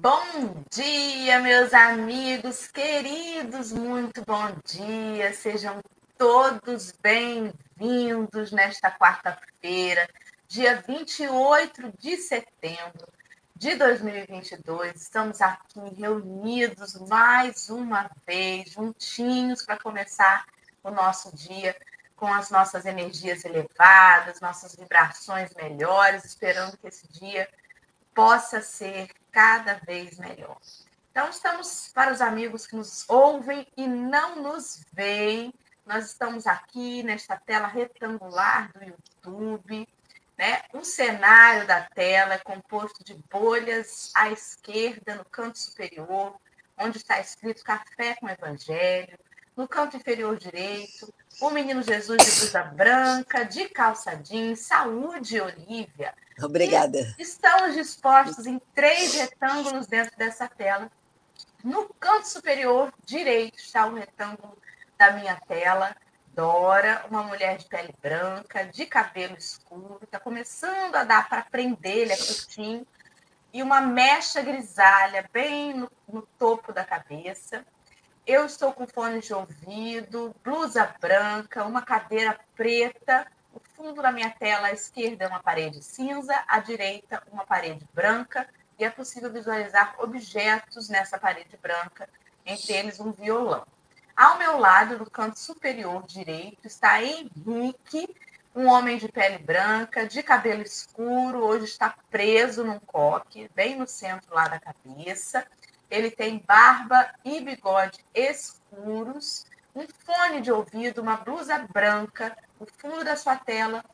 Bom dia, meus amigos queridos, muito bom dia. Sejam todos bem-vindos nesta quarta-feira, dia 28 de setembro de 2022. Estamos aqui reunidos mais uma vez, juntinhos, para começar o nosso dia com as nossas energias elevadas, nossas vibrações melhores, esperando que esse dia possa ser cada vez melhor. Então, estamos para os amigos que nos ouvem e não nos veem. Nós estamos aqui nesta tela retangular do YouTube, né? O cenário da tela é composto de bolhas à esquerda, no canto superior, onde está escrito Café com Evangelho. No canto inferior direito, o menino Jesus de blusa branca, de calça jeans, saúde, Olívia. Obrigada. E estamos dispostos em 3 retângulos dentro dessa tela. No canto superior direito está o retângulo da minha tela. Dora, uma mulher de pele branca, de cabelo escuro, está começando a dar para prender, ele é curtinho, e uma mecha grisalha bem no topo da cabeça. Eu estou com fone de ouvido, blusa branca, uma cadeira preta. O fundo da minha tela à esquerda é uma parede cinza, à direita uma parede branca, e é possível visualizar objetos nessa parede branca, entre eles um violão. Ao meu lado, no canto superior direito, está Henrique, um homem de pele branca, de cabelo escuro, hoje está preso num coque, bem no centro lá da cabeça. Ele tem barba e bigode escuros, um fone de ouvido, uma blusa branca. O fundo da sua tela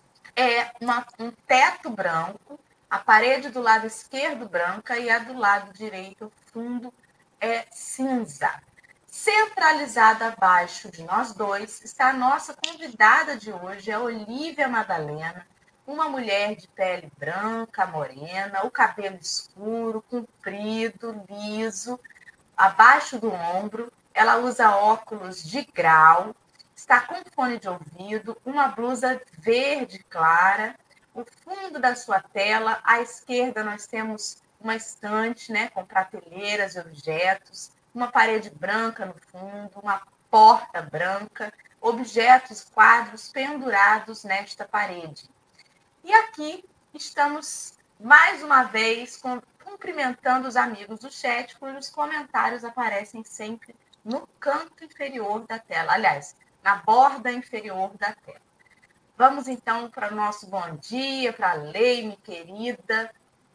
é um teto branco, a parede do lado esquerdo branca e a do lado direito, o fundo é cinza. Centralizada abaixo de nós dois está a nossa convidada de hoje, a Olívia Madalena, uma mulher de pele branca, morena, o cabelo escuro, comprido, liso, abaixo do ombro. Ela usa óculos de grau, está com fone de ouvido, uma blusa verde clara. O fundo da sua tela, à esquerda, nós temos uma estante, né, com prateleiras e objetos, uma parede branca no fundo, uma porta branca, objetos, quadros pendurados nesta parede. E aqui estamos mais uma vez cumprimentando os amigos do chat, cujos comentários aparecem sempre no canto inferior da tela, aliás, na borda inferior da tela. Vamos então para o nosso bom dia, para a Leime querida,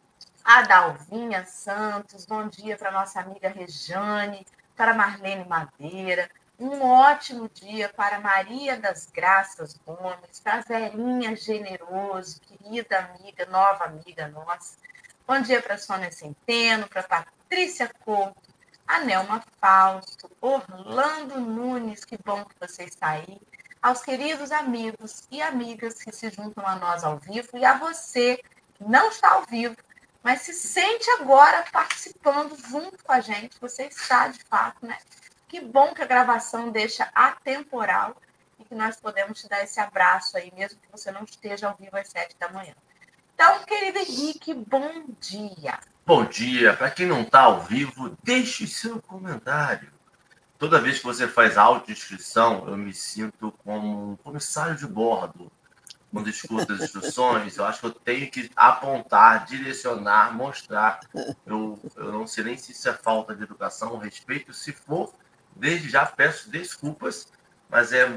a Dalvinha Santos, bom dia para a nossa amiga Rejane, para Marlene Madeira, um ótimo dia para Maria das Graças Gomes, para Zerinha Generoso, querida amiga, nova amiga nossa. Bom dia para a Sônia Centeno, para Patrícia Couto, a Nelma Fausto, Orlando Nunes, que bom que você está aí, aos queridos amigos e amigas que se juntam a nós ao vivo e a você que não está ao vivo, mas se sente agora participando junto com a gente. Você está, de fato, né? Que bom que a gravação deixa atemporal e que nós podemos te dar esse abraço aí, mesmo que você não esteja ao vivo às 7 da manhã. Então, querido Henrique, bom dia. Bom dia. Para quem não está ao vivo, deixe seu comentário. Toda vez que você faz autodescrição, eu me sinto como um comissário de bordo. Quando escuto as instruções, eu acho que eu tenho que apontar, direcionar, mostrar. Eu não sei nem se isso é falta de educação ou respeito. Se for, desde já peço desculpas, mas é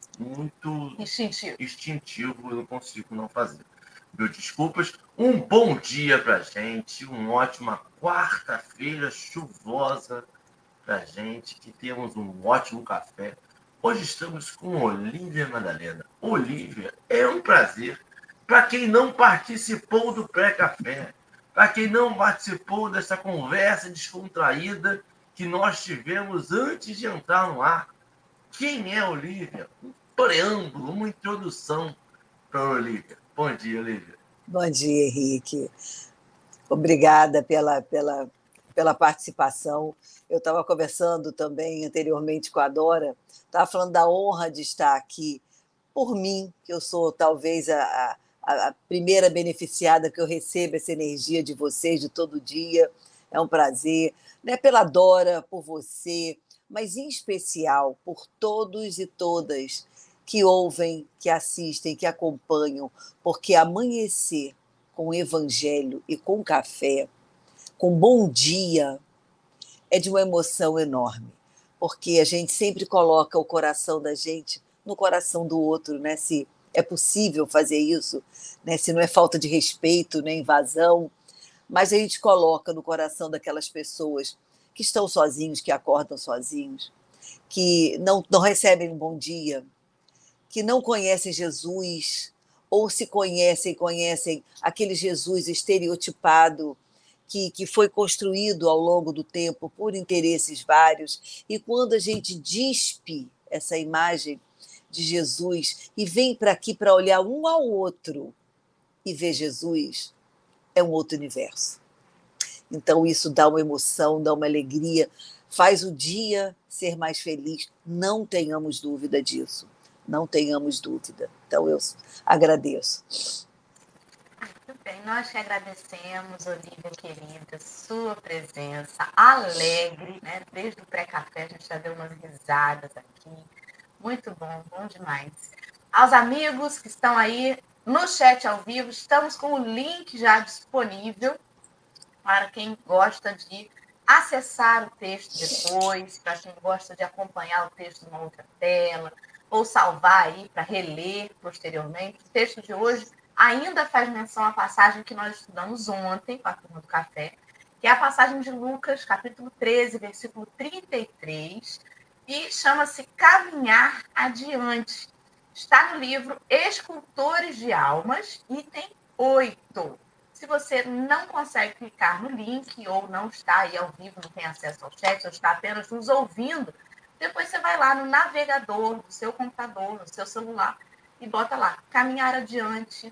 muito instintivo, eu não consigo não fazer. Meu desculpas. Um bom dia pra gente, uma ótima quarta-feira chuvosa pra gente, que temos um ótimo café. Hoje estamos com Olívia Madalena. Olívia, é um prazer. Para quem não participou do pré-café, para quem não participou dessa conversa descontraída que nós tivemos antes de entrar no ar, quem é Olívia? Um preâmbulo, uma introdução para Olívia. Bom dia, Olívia. Bom dia, Henrique. Obrigada pela participação. Eu estava conversando também anteriormente com a Dora, estava falando da honra de estar aqui por mim, que eu sou talvez a primeira beneficiada que eu recebo essa energia de vocês de todo dia. é um prazer, né? Pela Dora, por você, mas em especial por todos e todas que ouvem, que assistem, que acompanham, porque amanhecer com o Evangelho e com café, com bom dia, é de uma emoção enorme, porque a gente sempre coloca o coração da gente no coração do outro, né? Se é possível fazer isso, né? Se não é falta de respeito, nem invasão, mas a gente coloca no coração daquelas pessoas que estão sozinhos, que acordam sozinhos, que não recebem um bom dia, que não conhecem Jesus, ou se conhecem, conhecem aquele Jesus estereotipado que foi construído ao longo do tempo por interesses vários. E quando a gente despe essa imagem de Jesus e vem para aqui para olhar um ao outro e ver Jesus, é um outro universo. Então, isso dá uma emoção, dá uma alegria, faz o dia ser mais feliz. Não tenhamos dúvida disso. Não tenhamos dúvida. Então, eu agradeço. Muito bem, nós que agradecemos, Olívia querida, sua presença alegre, né? Desde o pré-café a gente já deu umas risadas aqui. Muito bom, bom demais. Aos amigos que estão aí no chat ao vivo, estamos com o link já disponível para quem gosta de acessar o texto depois, para quem gosta de acompanhar o texto numa outra tela, ou salvar aí para reler posteriormente. O texto de hoje ainda faz menção à passagem que nós estudamos ontem com a turma do café, que é a passagem de Lucas, capítulo 13, versículo 33, e chama-se Caminhar Adiante. Está no livro Escultores de Almas, item 8. Se você não consegue clicar no link ou não está aí ao vivo, não tem acesso ao chat, ou está apenas nos ouvindo, depois você vai lá no navegador do seu computador, no seu celular, e bota lá, Caminhar Adiante,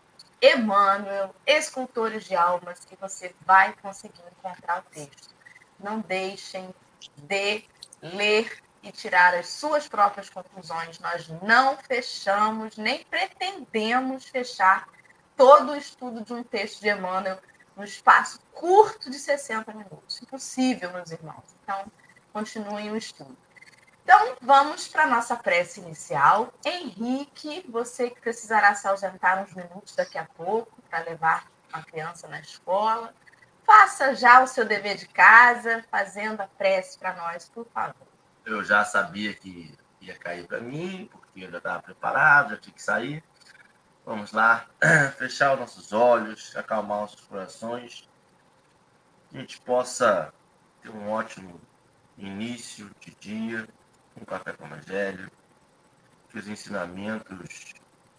Emmanuel, Escultores de Almas, que você vai conseguir encontrar o texto. Não deixem de ler e tirar as suas próprias conclusões. Nós não fechamos, nem pretendemos fechar todo o estudo de um texto de Emmanuel no espaço curto de 60 minutos. Impossível, meus irmãos. Então, continuem o estudo. Então, vamos para a nossa prece inicial. Henrique, você que precisará se ausentar uns minutos daqui a pouco para levar a criança na escola, faça já o seu dever de casa, fazendo a prece para nós, por favor. Eu já sabia que ia cair para mim, porque eu já estava preparado, já tinha que sair. Vamos lá, fechar os nossos olhos, acalmar nossos corações, que a gente possa ter um ótimo início de dia, um café com o Evangelho, que os ensinamentos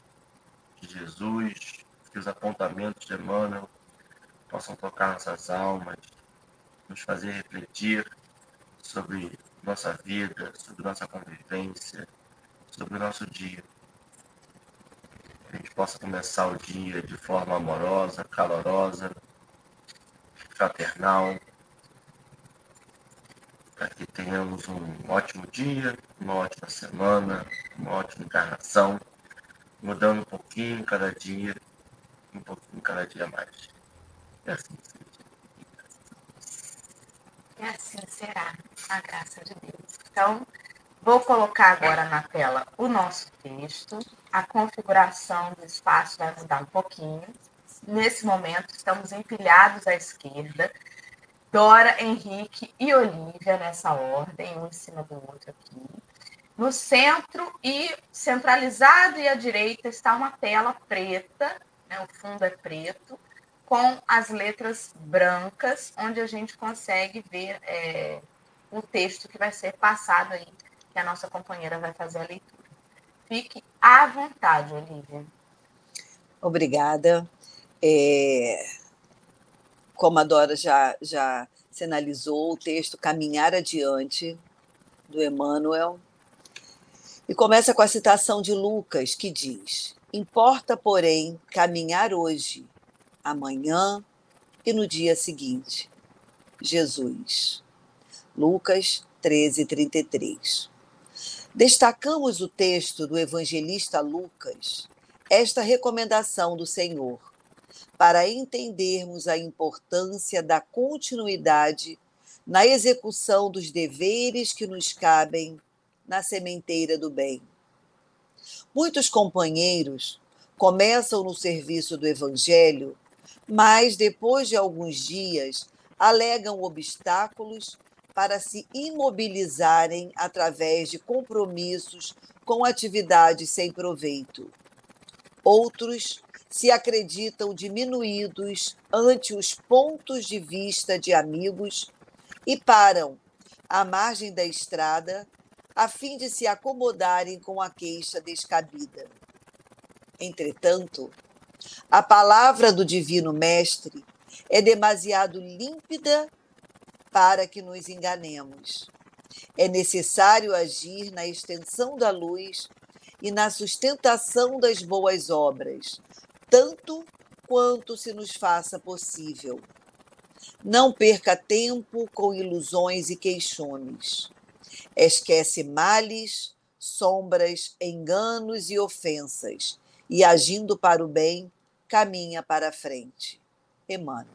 de Jesus, que os apontamentos de Emmanuel possam tocar nossas almas, nos fazer refletir sobre nossa vida, sobre nossa convivência, sobre o nosso dia. Que a gente possa começar o dia de forma amorosa, calorosa, fraternal, para que tenhamos um ótimo dia, uma ótima semana, uma ótima encarnação, mudando um pouquinho cada dia, um pouquinho cada dia mais. E assim seja. E assim será, a graça de Deus. Então, vou colocar agora na tela o nosso texto. A configuração do espaço vai mudar um pouquinho. Nesse momento, estamos empilhados à esquerda. Dora, Henrique e Olívia nessa ordem, um em cima do outro aqui. No centro e centralizado e à direita está uma tela preta, né? O fundo é preto, com as letras brancas, onde a gente consegue ver o texto que vai ser passado aí, que a nossa companheira vai fazer a leitura. Fique à vontade, Olívia. Obrigada. Como a Dora já sinalizou, o texto Caminhar Adiante, do Emmanuel, e começa com a citação de Lucas, que diz: importa, porém, caminhar hoje, amanhã e no dia seguinte. Jesus. Lucas 13:33. Destacamos o texto do evangelista Lucas, esta recomendação do Senhor: para entendermos a importância da continuidade na execução dos deveres que nos cabem na sementeira do bem. Muitos companheiros começam no serviço do Evangelho, mas depois de alguns dias alegam obstáculos para se imobilizarem através de compromissos com atividades sem proveito. Outros se acreditam diminuídos ante os pontos de vista de amigos e param à margem da estrada a fim de se acomodarem com a queixa descabida. Entretanto, a palavra do Divino Mestre é demasiado límpida para que nos enganemos. É necessário agir na extensão da luz e na sustentação das boas obras, tanto quanto se nos faça possível. Não perca tempo com ilusões e queixumes. Esquece males, sombras, enganos e ofensas, e agindo para o bem, caminha para a frente. Emmanuel.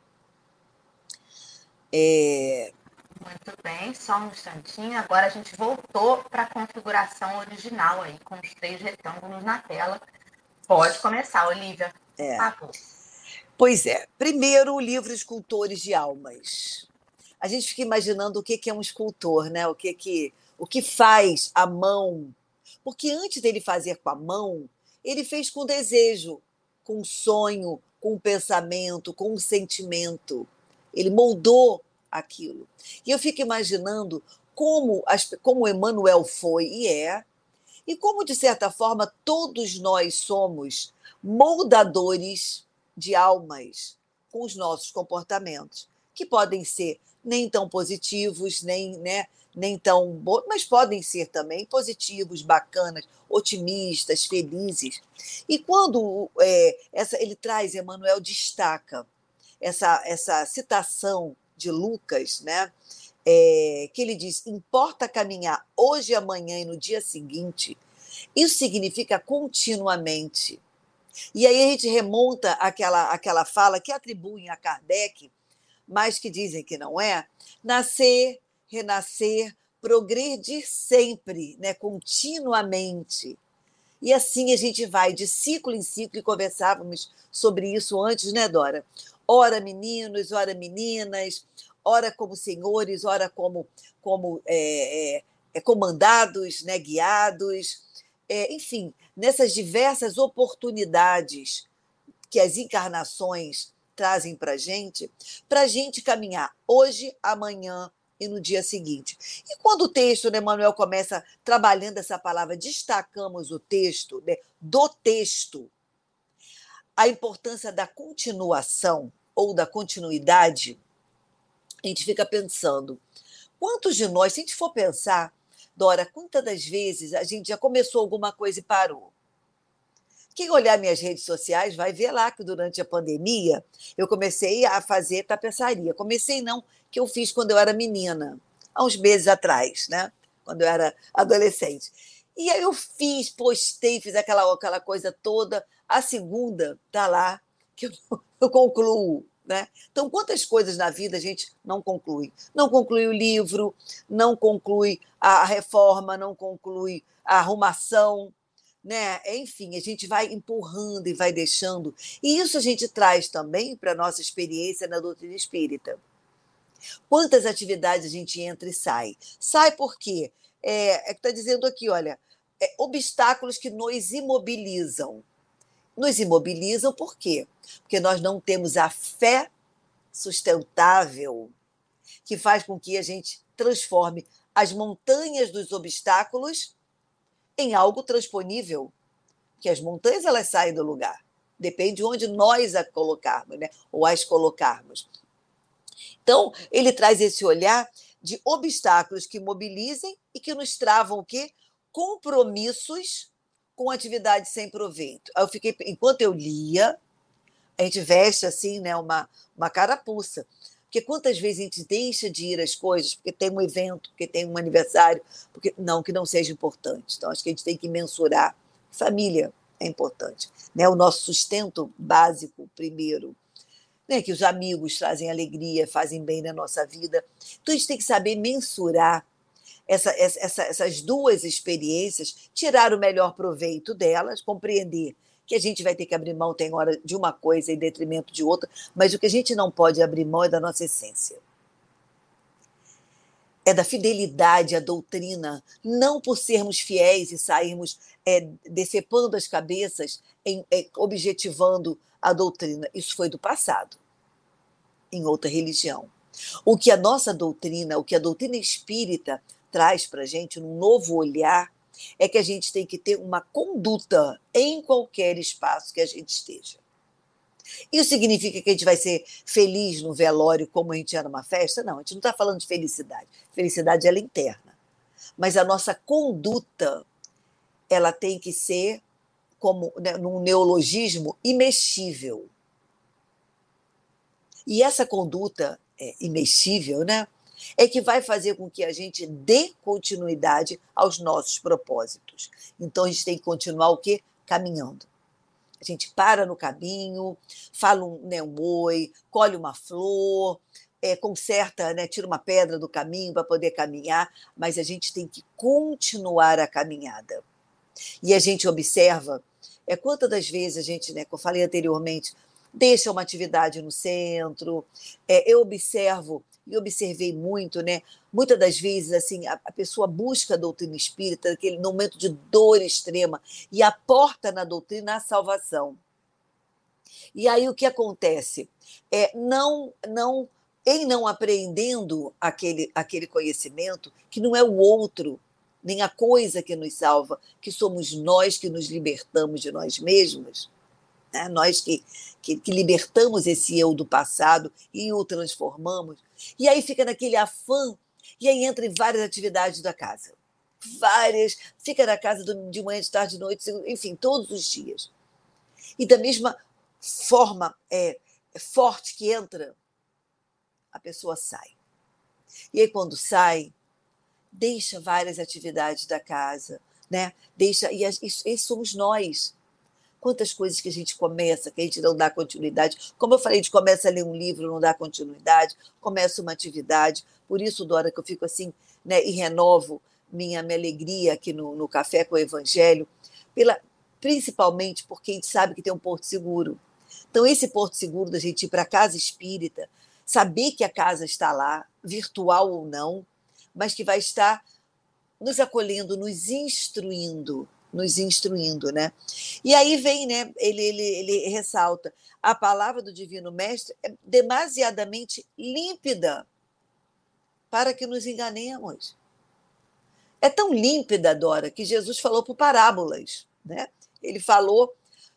Muito bem, só um instantinho. Agora a gente voltou para a configuração original aí, com os 3 retângulos na tela. Pode começar, Olívia. Por favor. Pois é. Primeiro, o livro Escultores de Almas. A gente fica imaginando o que é um escultor, né? O que faz a mão. Porque antes dele fazer com a mão, ele fez com desejo, com sonho, com pensamento, com um sentimento. Ele moldou aquilo. E eu fico imaginando como Emmanuel foi e é, e como, de certa forma, todos nós somos moldadores de almas com os nossos comportamentos, que podem ser nem tão positivos, nem tão bons, mas podem ser também positivos, bacanas, otimistas, felizes. E quando ele traz, Emmanuel destaca essa citação de Lucas, né? Que ele diz: importa caminhar hoje, amanhã e no dia seguinte. Isso significa continuamente. E aí a gente remonta àquela fala que atribuem a Kardec, mas que dizem que não é: nascer, renascer, progredir sempre, né? Continuamente. E assim a gente vai de ciclo em ciclo, e conversávamos sobre isso antes, né, Dora? Ora meninos, ora meninas, ora como senhores, ora como comandados, né, guiados. Enfim, nessas diversas oportunidades que as encarnações trazem para a gente caminhar hoje, amanhã e no dia seguinte. E quando o texto, né, Manuel, começa trabalhando essa palavra, destacamos o texto, né, do texto, a importância da continuação ou da continuidade, a gente fica pensando, quantos de nós, se a gente for pensar, Dora, quantas das vezes a gente já começou alguma coisa e parou? Quem olhar minhas redes sociais vai ver lá que durante a pandemia eu comecei a fazer tapeçaria. Comecei não, que eu fiz quando eu era menina, há uns meses atrás, né? Quando eu era adolescente. E aí eu postei, fiz aquela coisa toda. A segunda está lá, que eu concluo. Né? Então, quantas coisas na vida a gente não conclui? Não conclui o livro, não conclui a reforma, não conclui a arrumação, né? Enfim, a gente vai empurrando e vai deixando. E isso a gente traz também para a nossa experiência na doutrina espírita. Quantas atividades a gente entra e sai? Sai por quê? Que está dizendo aqui, olha, obstáculos que nos imobilizam. Nos imobilizam por quê? Porque nós não temos a fé sustentável que faz com que a gente transforme as montanhas dos obstáculos em algo transponível. Porque as montanhas, elas saem do lugar. Depende de onde nós a colocarmos, né? Ou as colocarmos. Então, ele traz esse olhar de obstáculos que mobilizem e que nos travam o quê? Compromissos com atividade sem proveito. Aí eu fiquei, enquanto eu lia, a gente veste assim, né, uma carapuça. Porque quantas vezes a gente deixa de ir às coisas porque tem um evento, porque tem um aniversário, porque não, que não seja importante. Então, acho que a gente tem que mensurar. Família. é importante. Né? O nosso sustento básico, primeiro, né? Que os amigos trazem alegria, fazem bem na nossa vida. Então, a gente tem que saber mensurar essas duas experiências, tirar o melhor proveito delas, compreender que a gente vai ter que abrir mão, tem hora, de uma coisa em detrimento de outra, mas o que a gente não pode abrir mão é da nossa essência. É da fidelidade à doutrina, não por sermos fiéis e sairmos decepando as cabeças, objetivando a doutrina. Isso foi do passado, em outra religião. O que a nossa doutrina, o que a doutrina espírita traz para a gente, num novo olhar, é que a gente tem que ter uma conduta em qualquer espaço que a gente esteja. Isso significa que a gente vai ser feliz no velório como a gente é numa festa? Não, a gente não está falando de felicidade. Felicidade ela é interna. Mas a nossa conduta, ela tem que ser, como, né, num neologismo, imexível. E essa conduta imexível, né, é que vai fazer com que a gente dê continuidade aos nossos propósitos. Então, a gente tem que continuar o quê? Caminhando. A gente para no caminho, fala um oi, colhe uma flor, conserta, né, tira uma pedra do caminho para poder caminhar, mas a gente tem que continuar a caminhada. E a gente observa, quantas das vezes a gente, né, como eu falei anteriormente, deixa uma atividade no centro, eu observo, e observei muito, né, muitas das vezes assim, a pessoa busca a doutrina espírita naquele momento de dor extrema e aporta na doutrina a salvação. E aí o que acontece? Em não apreendendo aquele conhecimento, que não é o outro, nem a coisa que nos salva, que somos nós que nos libertamos de nós mesmos, né? Nós que libertamos esse eu do passado e o transformamos. E aí fica naquele afã, e aí entra em várias atividades da casa. Várias, fica na casa de manhã, de tarde, de noite, enfim, todos os dias. E da mesma forma forte que entra, a pessoa sai. E aí, quando sai, deixa várias atividades da casa, né? E somos nós. Quantas coisas que a gente começa, que a gente não dá continuidade. Como eu falei, a gente começa a ler um livro, não dá continuidade, começa uma atividade. Por isso, Dora, que eu fico assim, né, e renovo minha alegria aqui no Café com o Evangelho, principalmente porque a gente sabe que tem um porto seguro. Então, esse porto seguro da gente ir para a casa espírita, saber que a casa está lá, virtual ou não, mas que vai estar nos acolhendo, nos instruindo, né? E aí vem, né? Ele ressalta: a palavra do Divino Mestre é demasiadamente límpida para que nos enganemos. É tão límpida, Dora, que Jesus falou por parábolas, né? Ele falou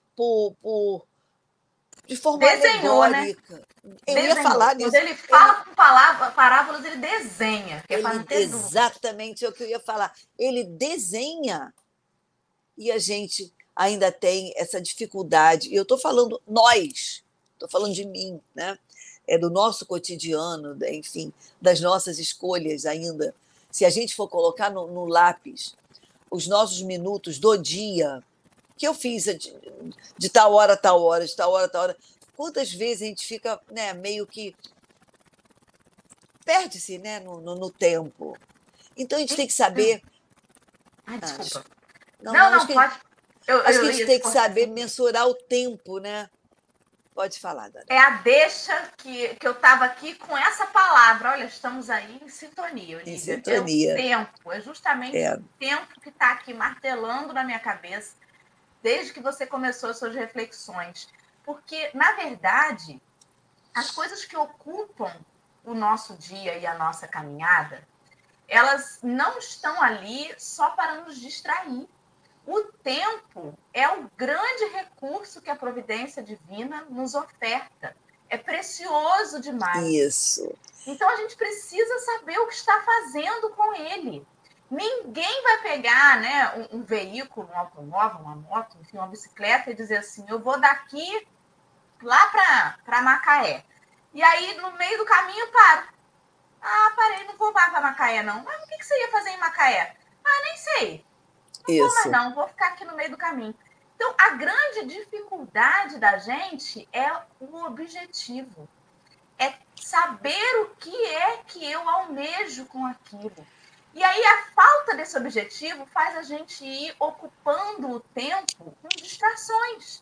de forma alegórica. Né? Eu ia falar nisso. Quando ele fala com parábolas, ele desenha. Exatamente é o que eu ia falar. Ele desenha. E a gente ainda tem essa dificuldade. E eu estou falando nós, estou falando de mim, né? Do nosso cotidiano, enfim, das nossas escolhas ainda. Se a gente for colocar no lápis os nossos minutos do dia, que eu fiz de tal hora a tal hora, de tal hora a tal hora, quantas vezes a gente fica, né, meio que perde-se, né, no tempo. Então a gente tem que saber. Desculpa. Não, pode. Acho que a gente tem que saber mensurar o tempo, né? Pode falar, Dora. É a deixa que eu estava aqui com essa palavra. Olha, estamos aí em sintonia, Olívia. Em sintonia. É o tempo, é justamente o tempo que está aqui martelando na minha cabeça desde que você começou as suas reflexões. Porque, na verdade, as coisas que ocupam o nosso dia e a nossa caminhada, elas não estão ali só para nos distrair. O tempo é o grande recurso que a providência divina nos oferta. É precioso demais. Isso. Então, a gente precisa saber o que está fazendo com ele. Ninguém vai pegar, né, um veículo, um automóvel, uma moto, enfim, uma bicicleta e dizer assim, eu vou daqui lá para Macaé. E aí, no meio do caminho, eu paro. Parei, não vou mais para Macaé, não. Mas o que você ia fazer em Macaé? Nem sei. Não vou mais, não. Vou ficar aqui no meio do caminho. Então, a grande dificuldade da gente é o objetivo. É saber o que é que eu almejo com aquilo. E aí a falta desse objetivo faz a gente ir ocupando o tempo com distrações.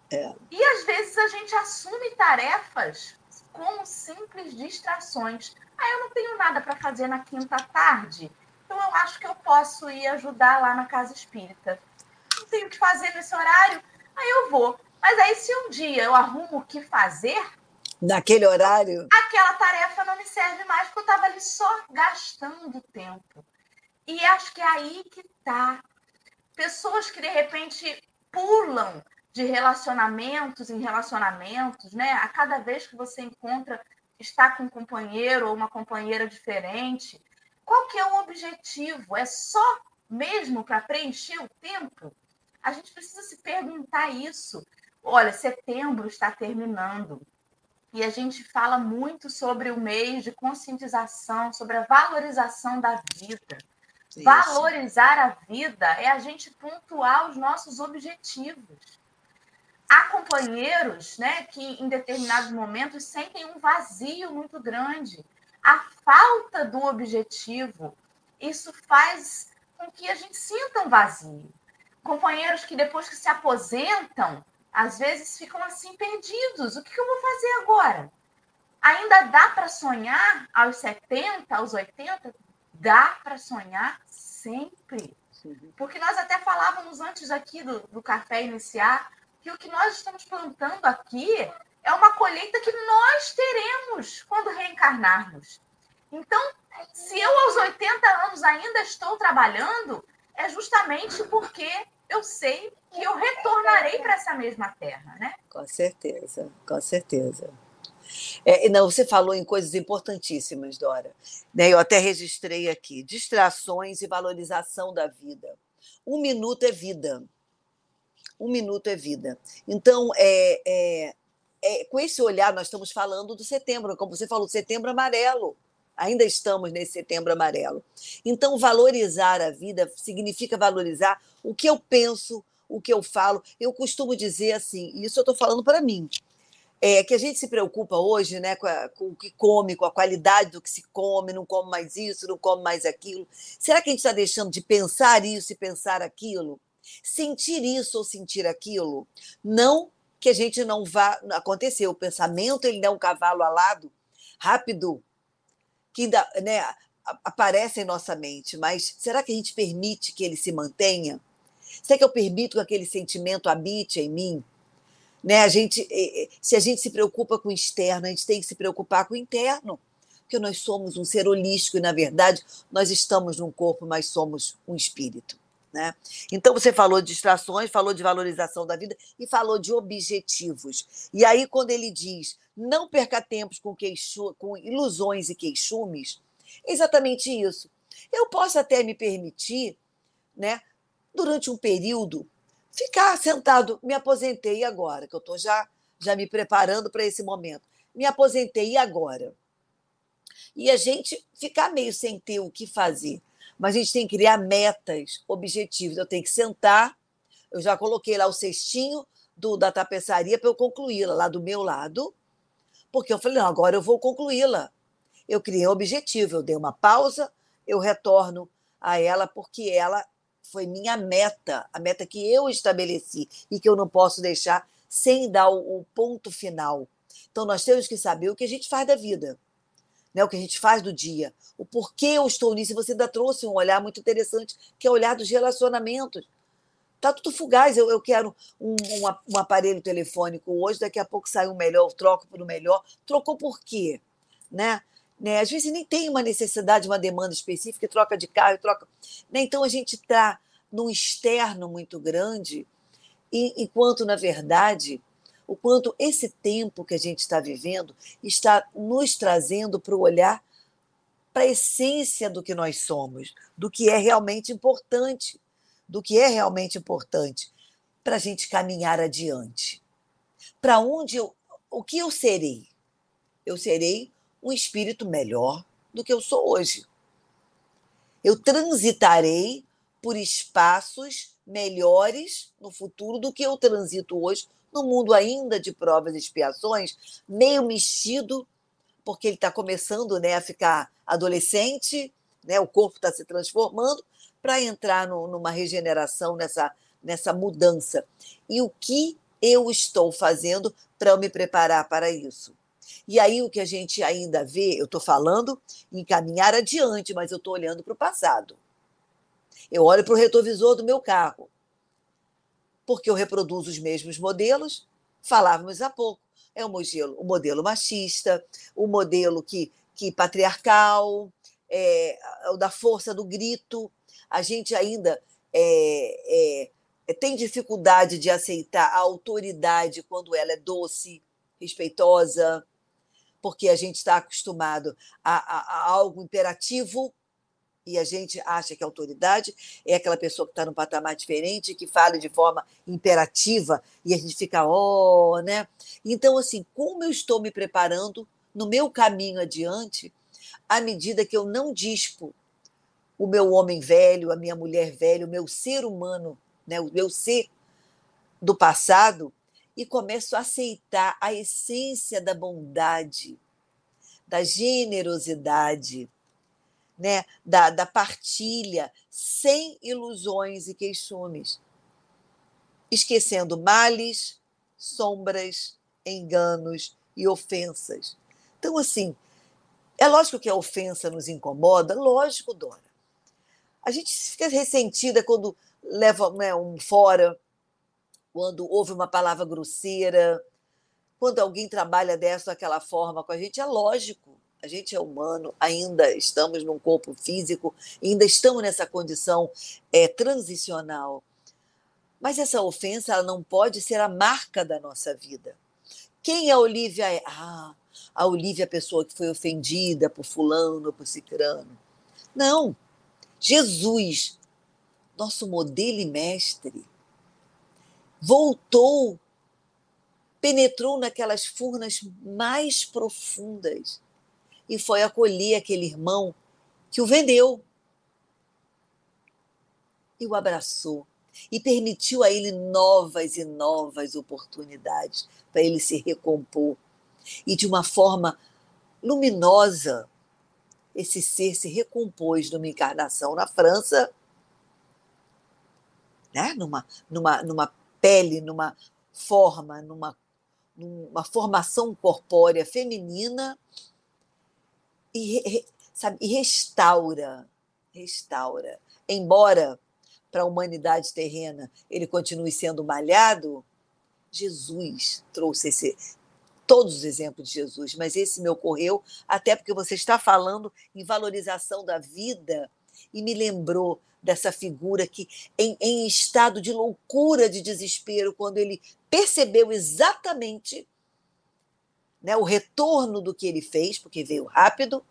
E às vezes a gente assume tarefas como simples distrações. Eu não tenho nada para fazer na quinta tarde, então eu acho que eu posso ir ajudar lá na casa espírita. Não tenho o que fazer nesse horário, aí eu vou. Mas aí se um dia eu arrumo o que fazer, naquele horário, aquela tarefa não me serve mais, porque eu estava ali só gastando tempo. E acho que é aí que está. Pessoas que, de repente, pulam de relacionamentos em relacionamentos, né? A cada vez que você encontra, está com um companheiro ou uma companheira diferente. Qual que é o objetivo? É só mesmo para preencher o tempo? A gente precisa se perguntar isso. Olha, setembro está terminando. E a gente fala muito sobre o mês de conscientização, sobre a valorização da vida. isso. Valorizar a vida é a gente pontuar os nossos objetivos. Há companheiros, né, que em determinados momentos sentem um vazio muito grande. A falta do objetivo, isso faz com que a gente sinta um vazio. Companheiros que depois que se aposentam, às vezes ficam assim perdidos. O que eu vou fazer agora? Ainda dá para sonhar aos 70, aos 80? Dá para sonhar sempre. Porque nós até falávamos antes aqui do café iniciar que o que nós estamos plantando aqui é uma colheita que nós teremos quando reencarnarmos. Então, se eu aos 80 anos ainda estou trabalhando, é justamente porque eu sei que eu retornarei para essa mesma terra, né? Com certeza, com certeza. Não, você falou em coisas importantíssimas, Dora. Né, eu até registrei aqui: distrações e valorização da vida. 1 minuto é vida. 1 minuto é vida. Então, com esse olhar, nós estamos falando do setembro, como você falou, setembro amarelo. Ainda estamos nesse setembro amarelo. Então, valorizar a vida significa valorizar o que eu penso, o que eu falo. Eu costumo dizer assim, e isso eu estou falando para mim, que a gente se preocupa hoje, né, com o que come, com a qualidade do que se come, não come mais isso, não come mais aquilo. Será que a gente está deixando de pensar isso e pensar aquilo? Sentir isso ou sentir aquilo? Não que a gente não vá acontecer. O pensamento, ele é um cavalo alado, rápido, que ainda, né, aparece em nossa mente, mas será que a gente permite que ele se mantenha? Será que eu permito que aquele sentimento habite em mim? Né? Se a gente se preocupa com o externo, a gente tem que se preocupar com o interno, porque nós somos um ser holístico e, na verdade, nós estamos num corpo, mas somos um espírito. Né? Então, você falou de distrações, falou de valorização da vida e falou de objetivos. E aí, quando ele diz não perca tempos com ilusões e queixumes, é exatamente isso. Eu posso até me permitir, né, durante um período, ficar sentado. Me aposentei agora, que eu estou já me preparando para esse momento. Me aposentei agora. E a gente ficar meio sem ter o que fazer. Mas a gente tem que criar metas, objetivos. Eu tenho que sentar, eu já coloquei lá o cestinho da tapeçaria para eu concluí-la, lá do meu lado, porque eu falei, não, agora eu vou concluí-la. Eu criei um objetivo, eu dei uma pausa, eu retorno a ela, porque ela foi minha meta, a meta que eu estabeleci e que eu não posso deixar sem dar o ponto final. Então, nós temos que saber o que a gente faz da vida, né? O que a gente faz do dia, o porquê eu estou nisso. E você ainda trouxe um olhar muito interessante, que é o olhar dos relacionamentos. Está tudo fugaz. Eu quero um aparelho telefônico hoje, daqui a pouco sai um melhor, eu troco por um melhor. Trocou por quê? Né? Às vezes nem tem uma necessidade, uma demanda específica, troca de carro, troca. Né? Então, a gente está num externo muito grande, enquanto, na verdade, o quanto esse tempo que a gente está vivendo está nos trazendo para o olhar para a essência do que nós somos, do que é realmente importante, para a gente caminhar adiante. Para onde o que eu serei? Eu serei um espírito melhor do que eu sou hoje. Eu transitarei por espaços melhores no futuro do que eu transito hoje, no mundo ainda de provas e expiações, meio mexido, porque ele está começando, né, a ficar adolescente, né, o corpo está se transformando, para entrar numa regeneração, nessa mudança. E o que eu estou fazendo para eu me preparar para isso? E aí o que a gente ainda vê, eu estou falando em caminhar adiante, mas eu estou olhando para o passado. Eu olho para o retrovisor do meu carro, porque eu reproduzo os mesmos modelos, falávamos há pouco. É o modelo machista, o modelo que patriarcal, o da força do grito. A gente ainda tem dificuldade de aceitar a autoridade quando ela é doce, respeitosa, porque a gente está acostumado a algo imperativo e a gente acha que a autoridade é aquela pessoa que está num patamar diferente, que fala de forma imperativa, e a gente fica, né? Então, assim, como eu estou me preparando no meu caminho adiante, à medida que eu não dispo o meu homem velho, a minha mulher velha, o meu ser humano, né, o meu ser do passado, e começo a aceitar a essência da bondade, da generosidade, né, da partilha, sem ilusões e queixumes, esquecendo males, sombras, enganos e ofensas. Então, assim, é lógico que a ofensa nos incomoda, lógico, Dora. A gente fica ressentida quando leva, né, um fora, quando ouve uma palavra grosseira, quando alguém trabalha daquela forma com a gente, é lógico. A gente é humano, ainda estamos num corpo físico, ainda estamos nessa condição transicional. Mas essa ofensa ela não pode ser a marca da nossa vida. Quem a Olívia é? A Olívia é a pessoa que foi ofendida por fulano, por cicrano. Não. Jesus, nosso modelo e mestre, voltou, penetrou naquelas furnas mais profundas e foi acolher aquele irmão que o vendeu e o abraçou e permitiu a ele novas e novas oportunidades para ele se recompor. E de uma forma luminosa, esse ser se recompôs numa encarnação na França, né? numa pele, numa forma, numa formação corpórea feminina sabe, e restaura. Embora para a humanidade terrena ele continue sendo malhado, Jesus trouxe todos os exemplos de Jesus, mas esse me ocorreu até porque você está falando em valorização da vida e me lembrou dessa figura que, em estado de loucura, de desespero, quando ele percebeu exatamente, né, o retorno do que ele fez, porque veio rápido,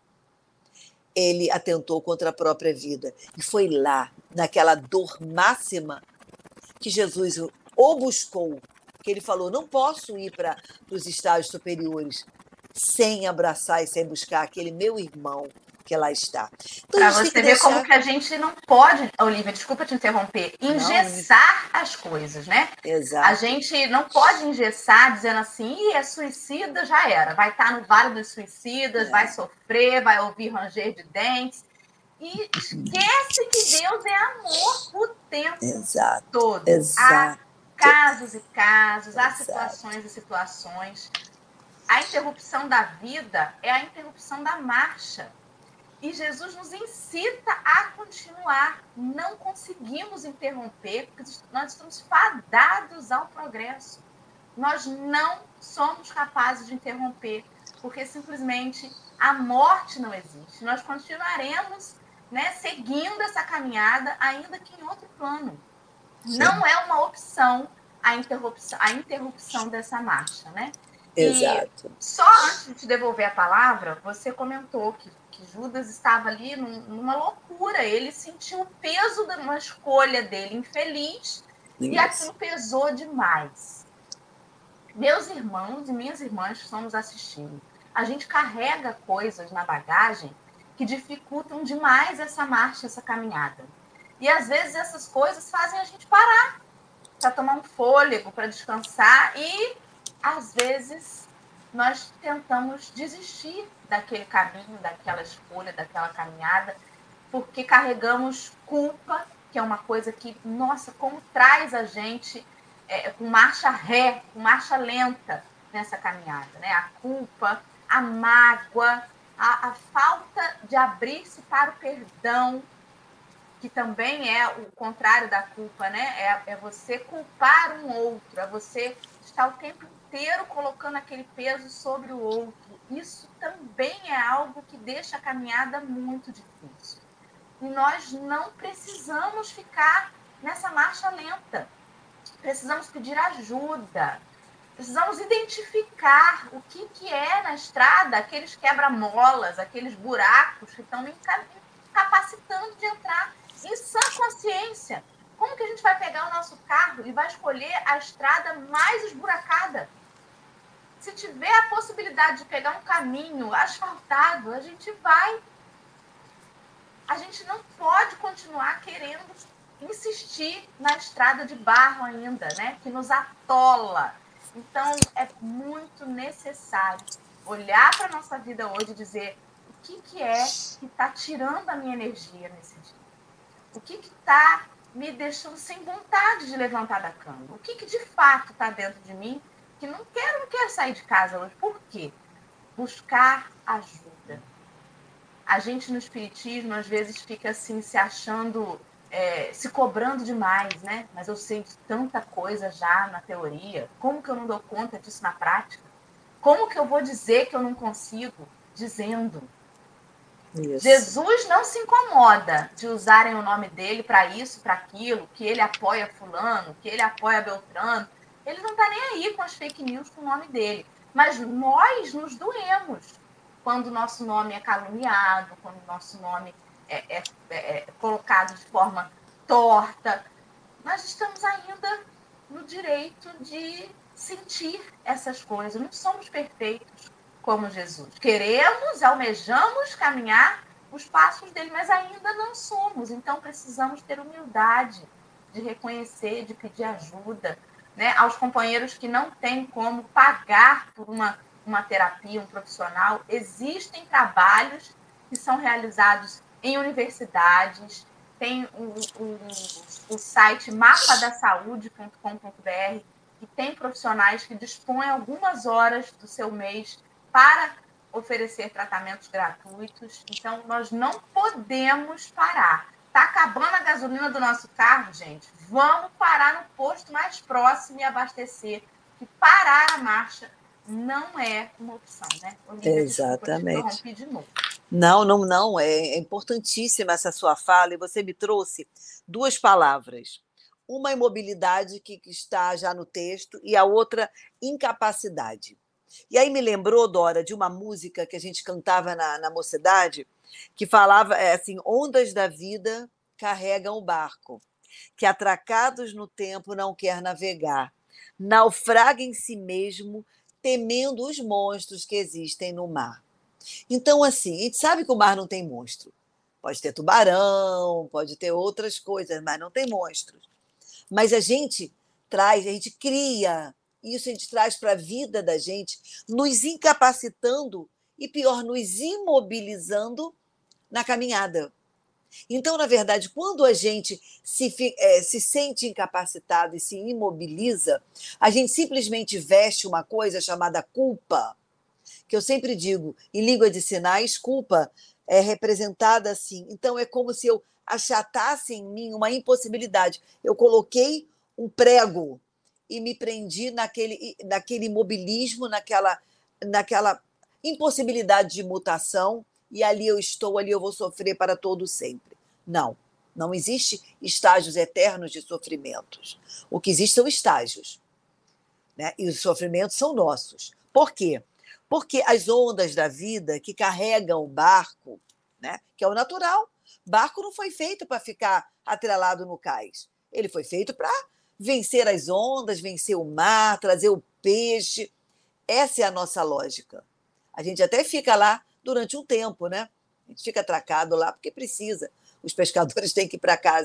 ele atentou contra a própria vida. E foi lá, naquela dor máxima, que Jesus o buscou, que ele falou, não posso ir para os estágios superiores sem abraçar e sem buscar aquele meu irmão que lá está. Então, para você ver como que a gente não pode, Olívia, desculpa te interromper, engessar as coisas, né? Exato. A gente não pode engessar dizendo assim, é suicida, já era, vai estar no vale dos suicidas, vai sofrer, vai ouvir ranger de dentes. E esquece que Deus é amor o tempo todo. Exato. Há casos e casos, há situações e situações. A interrupção da vida é a interrupção da marcha. E Jesus nos incita a continuar. Não conseguimos interromper, porque nós estamos fadados ao progresso. Nós não somos capazes de interromper, porque simplesmente a morte não existe. Nós continuaremos, né, seguindo essa caminhada, ainda que em outro plano. Sim. Não é uma opção a interrupção dessa marcha, né? Exato. E só antes de te devolver a palavra, você comentou que Judas estava ali numa loucura. Ele sentiu o peso de uma escolha dele infeliz e aquilo pesou demais. Meus irmãos e minhas irmãs que estão nos assistindo, a gente carrega coisas na bagagem que dificultam demais essa marcha, essa caminhada. E às vezes essas coisas fazem a gente parar para tomar um fôlego, para descansar, e às vezes nós tentamos desistir daquele caminho, daquela escolha, daquela caminhada, porque carregamos culpa, que é uma coisa que, nossa, como traz a gente com marcha ré, com marcha lenta nessa caminhada, né? A culpa, a mágoa, a falta de abrir-se para o perdão, que também é o contrário da culpa, né? É você culpar um outro, é você estar o tempo inteiro colocando aquele peso sobre o outro. Isso também é algo que deixa a caminhada muito difícil. E nós não precisamos ficar nessa marcha lenta. Precisamos pedir ajuda. Precisamos identificar o que é na estrada, aqueles quebra-molas, aqueles buracos que estão incapacitando de entrar em sã consciência. Como que a gente vai pegar o nosso carro e vai escolher a estrada mais esburacada? Se tiver a possibilidade de pegar um caminho asfaltado, a gente vai. A gente não pode continuar querendo insistir na estrada de barro ainda, né? Que nos atola. Então, é muito necessário olhar para a nossa vida hoje e dizer o que é que está tirando a minha energia nesse dia. O que está me deixando sem vontade de levantar da cama. O que de fato está dentro de mim que não quero sair de casa hoje. Por quê? Buscar ajuda. A gente no espiritismo, às vezes, fica assim, se achando, se cobrando demais, né? Mas eu sei de tanta coisa já na teoria. Como que eu não dou conta disso na prática? Como que eu vou dizer que eu não consigo? Dizendo. Isso. Jesus não se incomoda de usarem o nome dele para isso, para aquilo, que ele apoia fulano, que ele apoia Beltrano. Ele não está nem aí com as fake news com o nome dele. Mas nós nos doemos quando o nosso nome é caluniado, quando o nosso nome é colocado de forma torta. Nós estamos ainda no direito de sentir essas coisas. Não somos perfeitos como Jesus. Queremos, almejamos caminhar os passos dele, mas ainda não somos. Então, precisamos ter humildade de reconhecer, de pedir ajuda, né? Aos companheiros que não têm como pagar por uma terapia, um profissional. Existem trabalhos que são realizados em universidades, tem o site mapadasaude.com.br, que tem profissionais que dispõem algumas horas do seu mês para oferecer tratamentos gratuitos. Então, nós não podemos parar. Está acabando a gasolina do nosso carro, gente? Vamos parar no posto mais próximo e abastecer. Que parar a marcha não é uma opção, né? Olivia, exatamente. Desculpa, te interrompi de novo. Não. É importantíssima essa sua fala, e você me trouxe duas palavras. Uma, imobilidade, que está já no texto, e a outra, incapacidade. E aí me lembrou, Dora, de uma música que a gente cantava na mocidade, que falava assim: ondas da vida carregam o barco, que atracados no tempo não quer navegar, naufraga em si mesmo, temendo os monstros que existem no mar. Então, assim, a gente sabe que o mar não tem monstro. Pode ter tubarão, pode ter outras coisas, mas não tem monstros. Mas a gente cria isso, a gente traz para a vida da gente, nos incapacitando e, pior, nos imobilizando na caminhada. Então, na verdade, quando a gente se sente incapacitado e se imobiliza, a gente simplesmente veste uma coisa chamada culpa, que eu sempre digo, em língua de sinais, culpa é representada assim. Então, é como se eu achatasse em mim uma impossibilidade. Eu coloquei um prego e me prendi naquele imobilismo, naquela impossibilidade de mutação, e ali eu estou, ali eu vou sofrer para todo sempre. Não existe estágios eternos de sofrimentos. O que existe são estágios, né? E os sofrimentos são nossos. Por quê? Porque as ondas da vida que carregam o barco, né, que é o natural, barco não foi feito para ficar atrelado no cais. Ele foi feito para vencer as ondas, vencer o mar, trazer o peixe. Essa é a nossa lógica. A gente até fica lá durante um tempo, né? A gente fica atracado lá porque precisa. Os pescadores têm que ir para casa.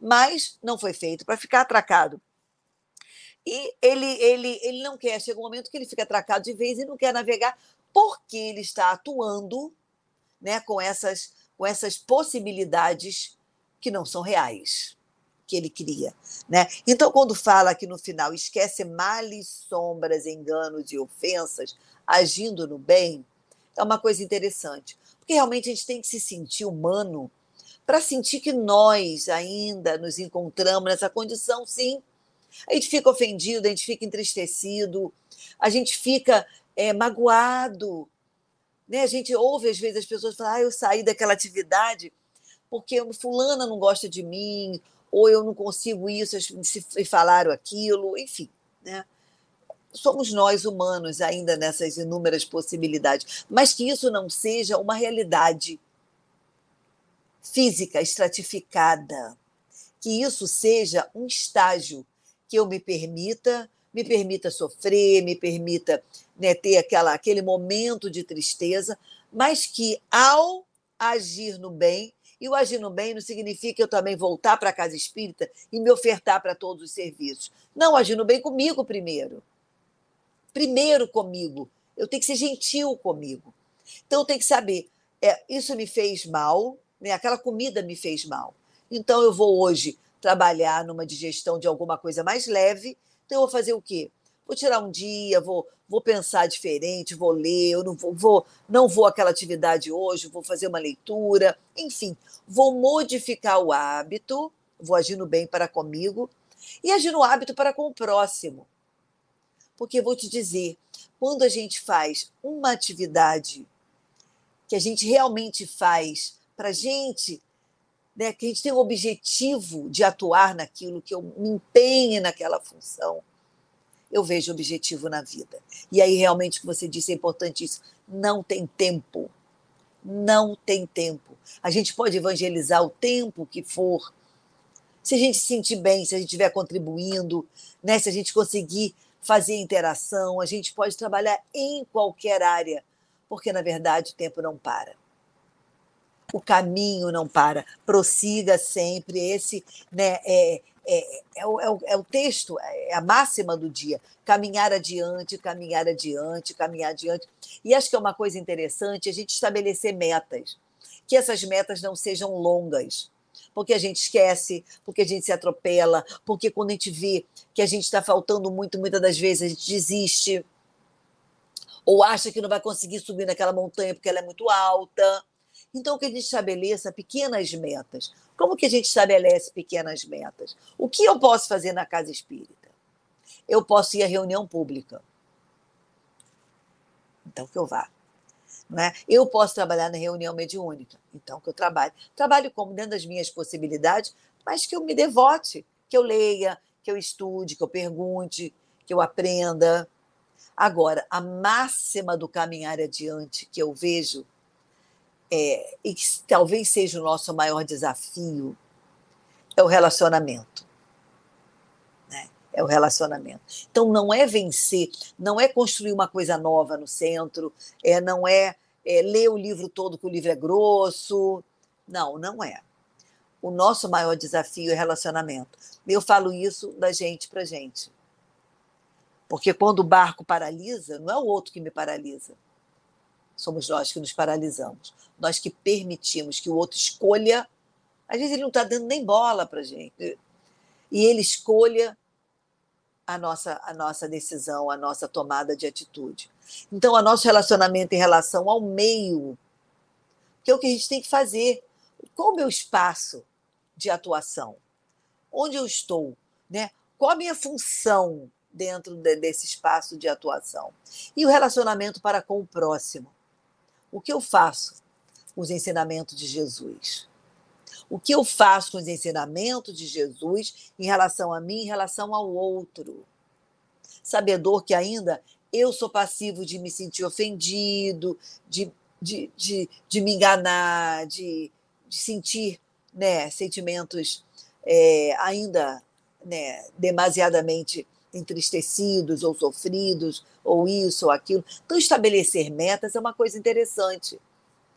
mas não foi feito para ficar atracado. E ele não quer, chega um momento que ele fica atracado de vez e não quer navegar, porque ele está atuando, né, com essas possibilidades que não são reais, que ele cria, né? Então, quando fala que no final esquece males, sombras, enganos e ofensas, agindo no bem, é uma coisa interessante, porque realmente a gente tem que se sentir humano para sentir que nós ainda nos encontramos nessa condição, sim. A gente fica ofendido, a gente fica entristecido, a gente fica magoado, né? A gente ouve, às vezes, as pessoas falar, eu saí daquela atividade porque fulana não gosta de mim, ou eu não consigo isso, e falaram aquilo, enfim, né? Somos nós humanos ainda nessas inúmeras possibilidades, mas que isso não seja uma realidade física estratificada, que isso seja um estágio que eu me permita sofrer, me permita, né, ter aquele momento de tristeza, mas que ao agir no bem, e o agir no bem não significa eu também voltar para a casa espírita e me ofertar para todos os serviços. Não, agir no bem comigo primeiro. Primeiro comigo. Eu tenho que ser gentil comigo. Então, eu tenho que saber, isso me fez mal, né? Aquela comida me fez mal. Então, eu vou hoje trabalhar numa digestão de alguma coisa mais leve. Então, eu vou fazer o quê? Vou tirar um dia, vou pensar diferente, vou ler, eu não vou àquela atividade hoje, vou fazer uma leitura, enfim, vou modificar o hábito, vou agir no bem para comigo e agir no hábito para com o próximo. Porque vou te dizer, quando a gente faz uma atividade que a gente realmente faz para a gente, né, que a gente tem o objetivo de atuar naquilo, que eu me empenhe naquela função, eu vejo objetivo na vida. E aí, realmente, o que você disse é importantíssimo. Não tem tempo. Não tem tempo. A gente pode evangelizar o tempo que for. Se a gente se sentir bem, se a gente estiver contribuindo, né, se a gente conseguir fazer interação, a gente pode trabalhar em qualquer área, porque, na verdade, o tempo não para. O caminho não para, prossiga sempre. Esse, né, é o texto, é a máxima do dia. Caminhar adiante, caminhar adiante, caminhar adiante. E acho que é uma coisa interessante a gente estabelecer metas, que essas metas não sejam longas, porque a gente esquece, porque a gente se atropela, porque quando a gente vê que a gente está faltando muito, muitas das vezes a gente desiste, ou acha que não vai conseguir subir naquela montanha porque ela é muito alta. Então, que a gente estabeleça pequenas metas. Como que a gente estabelece pequenas metas? O que eu posso fazer na casa espírita? Eu posso ir à reunião pública. Então, que eu vá. Né? Eu posso trabalhar na reunião mediúnica. Então, que eu trabalhe. Trabalho como dentro das minhas possibilidades, mas que eu me devote, que eu leia, que eu estude, que eu pergunte, que eu aprenda. Agora, a máxima do caminhar adiante que eu vejo e que talvez seja o nosso maior desafio, é o relacionamento. Né? É o relacionamento. Então, não é vencer, não é construir uma coisa nova no centro, não é ler o livro todo, que o livro é grosso. Não, não é. O nosso maior desafio é relacionamento. Eu falo isso da gente para gente. Porque quando o barco paralisa, não é o outro que me paralisa. Somos nós que nos paralisamos. Nós que permitimos que o outro escolha. Às vezes ele não está dando nem bola para a gente. E ele escolha a nossa decisão, a nossa tomada de atitude. Então, o nosso relacionamento em relação ao meio, que é o que a gente tem que fazer. Qual o meu espaço de atuação? Onde eu estou? Né? Qual a minha função dentro desse espaço de atuação? E o relacionamento para com o próximo. O que eu faço com os ensinamentos de Jesus? O que eu faço com os ensinamentos de Jesus em relação a mim, em relação ao outro? Sabedor que ainda eu sou passivo de me sentir ofendido, de me enganar, de sentir, né, sentimentos ainda, né, demasiadamente entristecidos ou sofridos, ou isso ou aquilo. Então, estabelecer metas é uma coisa interessante.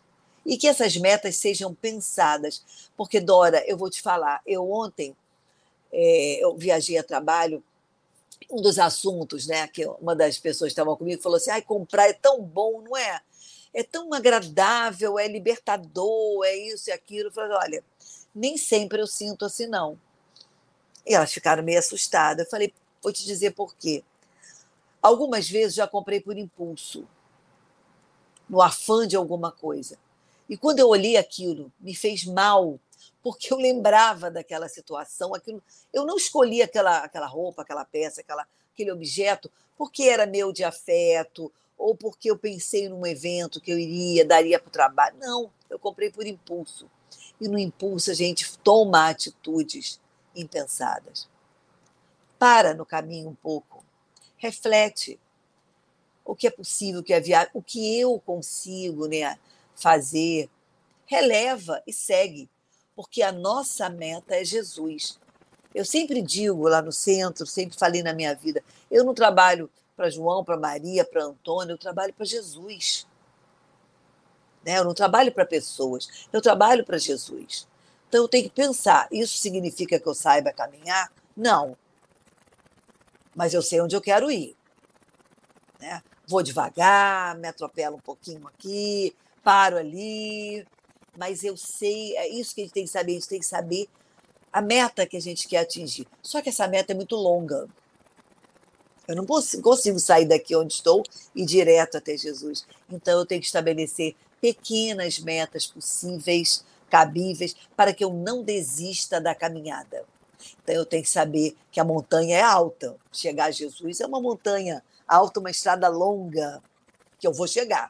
E que essas metas sejam pensadas. Porque, Dora, eu vou te falar, eu ontem eu viajei a trabalho, um dos assuntos, né, que uma das pessoas que estavam comigo falou assim: ai, comprar é tão bom, não é? É tão agradável, é libertador, é isso e aquilo. Eu falei: olha, nem sempre eu sinto assim, não. E elas ficaram meio assustadas. Eu falei: vou te dizer por quê. Algumas vezes já comprei por impulso, no afã de alguma coisa. E quando eu olhei aquilo, me fez mal, porque eu lembrava daquela situação, aquilo, eu não escolhi aquela roupa, aquela peça, aquele objeto, porque era meu de afeto, ou porque eu pensei num evento que eu iria, daria para o trabalho. Não, eu comprei por impulso. E no impulso a gente toma atitudes impensadas. Para no caminho um pouco, reflete o que é possível, o que é viável, o que eu consigo, né, fazer, releva e segue, porque a nossa meta é Jesus. Eu sempre digo lá no centro, sempre falei na minha vida, eu não trabalho para João, para Maria, para Antônio, eu trabalho para Jesus. Né? Eu não trabalho para pessoas, eu trabalho para Jesus. Então eu tenho que pensar, isso significa que eu saiba caminhar? Não, mas eu sei onde eu quero ir. Né? Vou devagar, me atropelo um pouquinho aqui, paro ali, mas eu sei, é isso que a gente tem que saber a meta que a gente quer atingir. Só que essa meta é muito longa. Eu não consigo sair daqui onde estou e ir direto até Jesus. Então eu tenho que estabelecer pequenas metas possíveis, cabíveis, para que eu não desista da caminhada. Então eu tenho que saber que a montanha é alta. Chegar a Jesus é uma montanha alta, uma estrada longa, que eu vou chegar,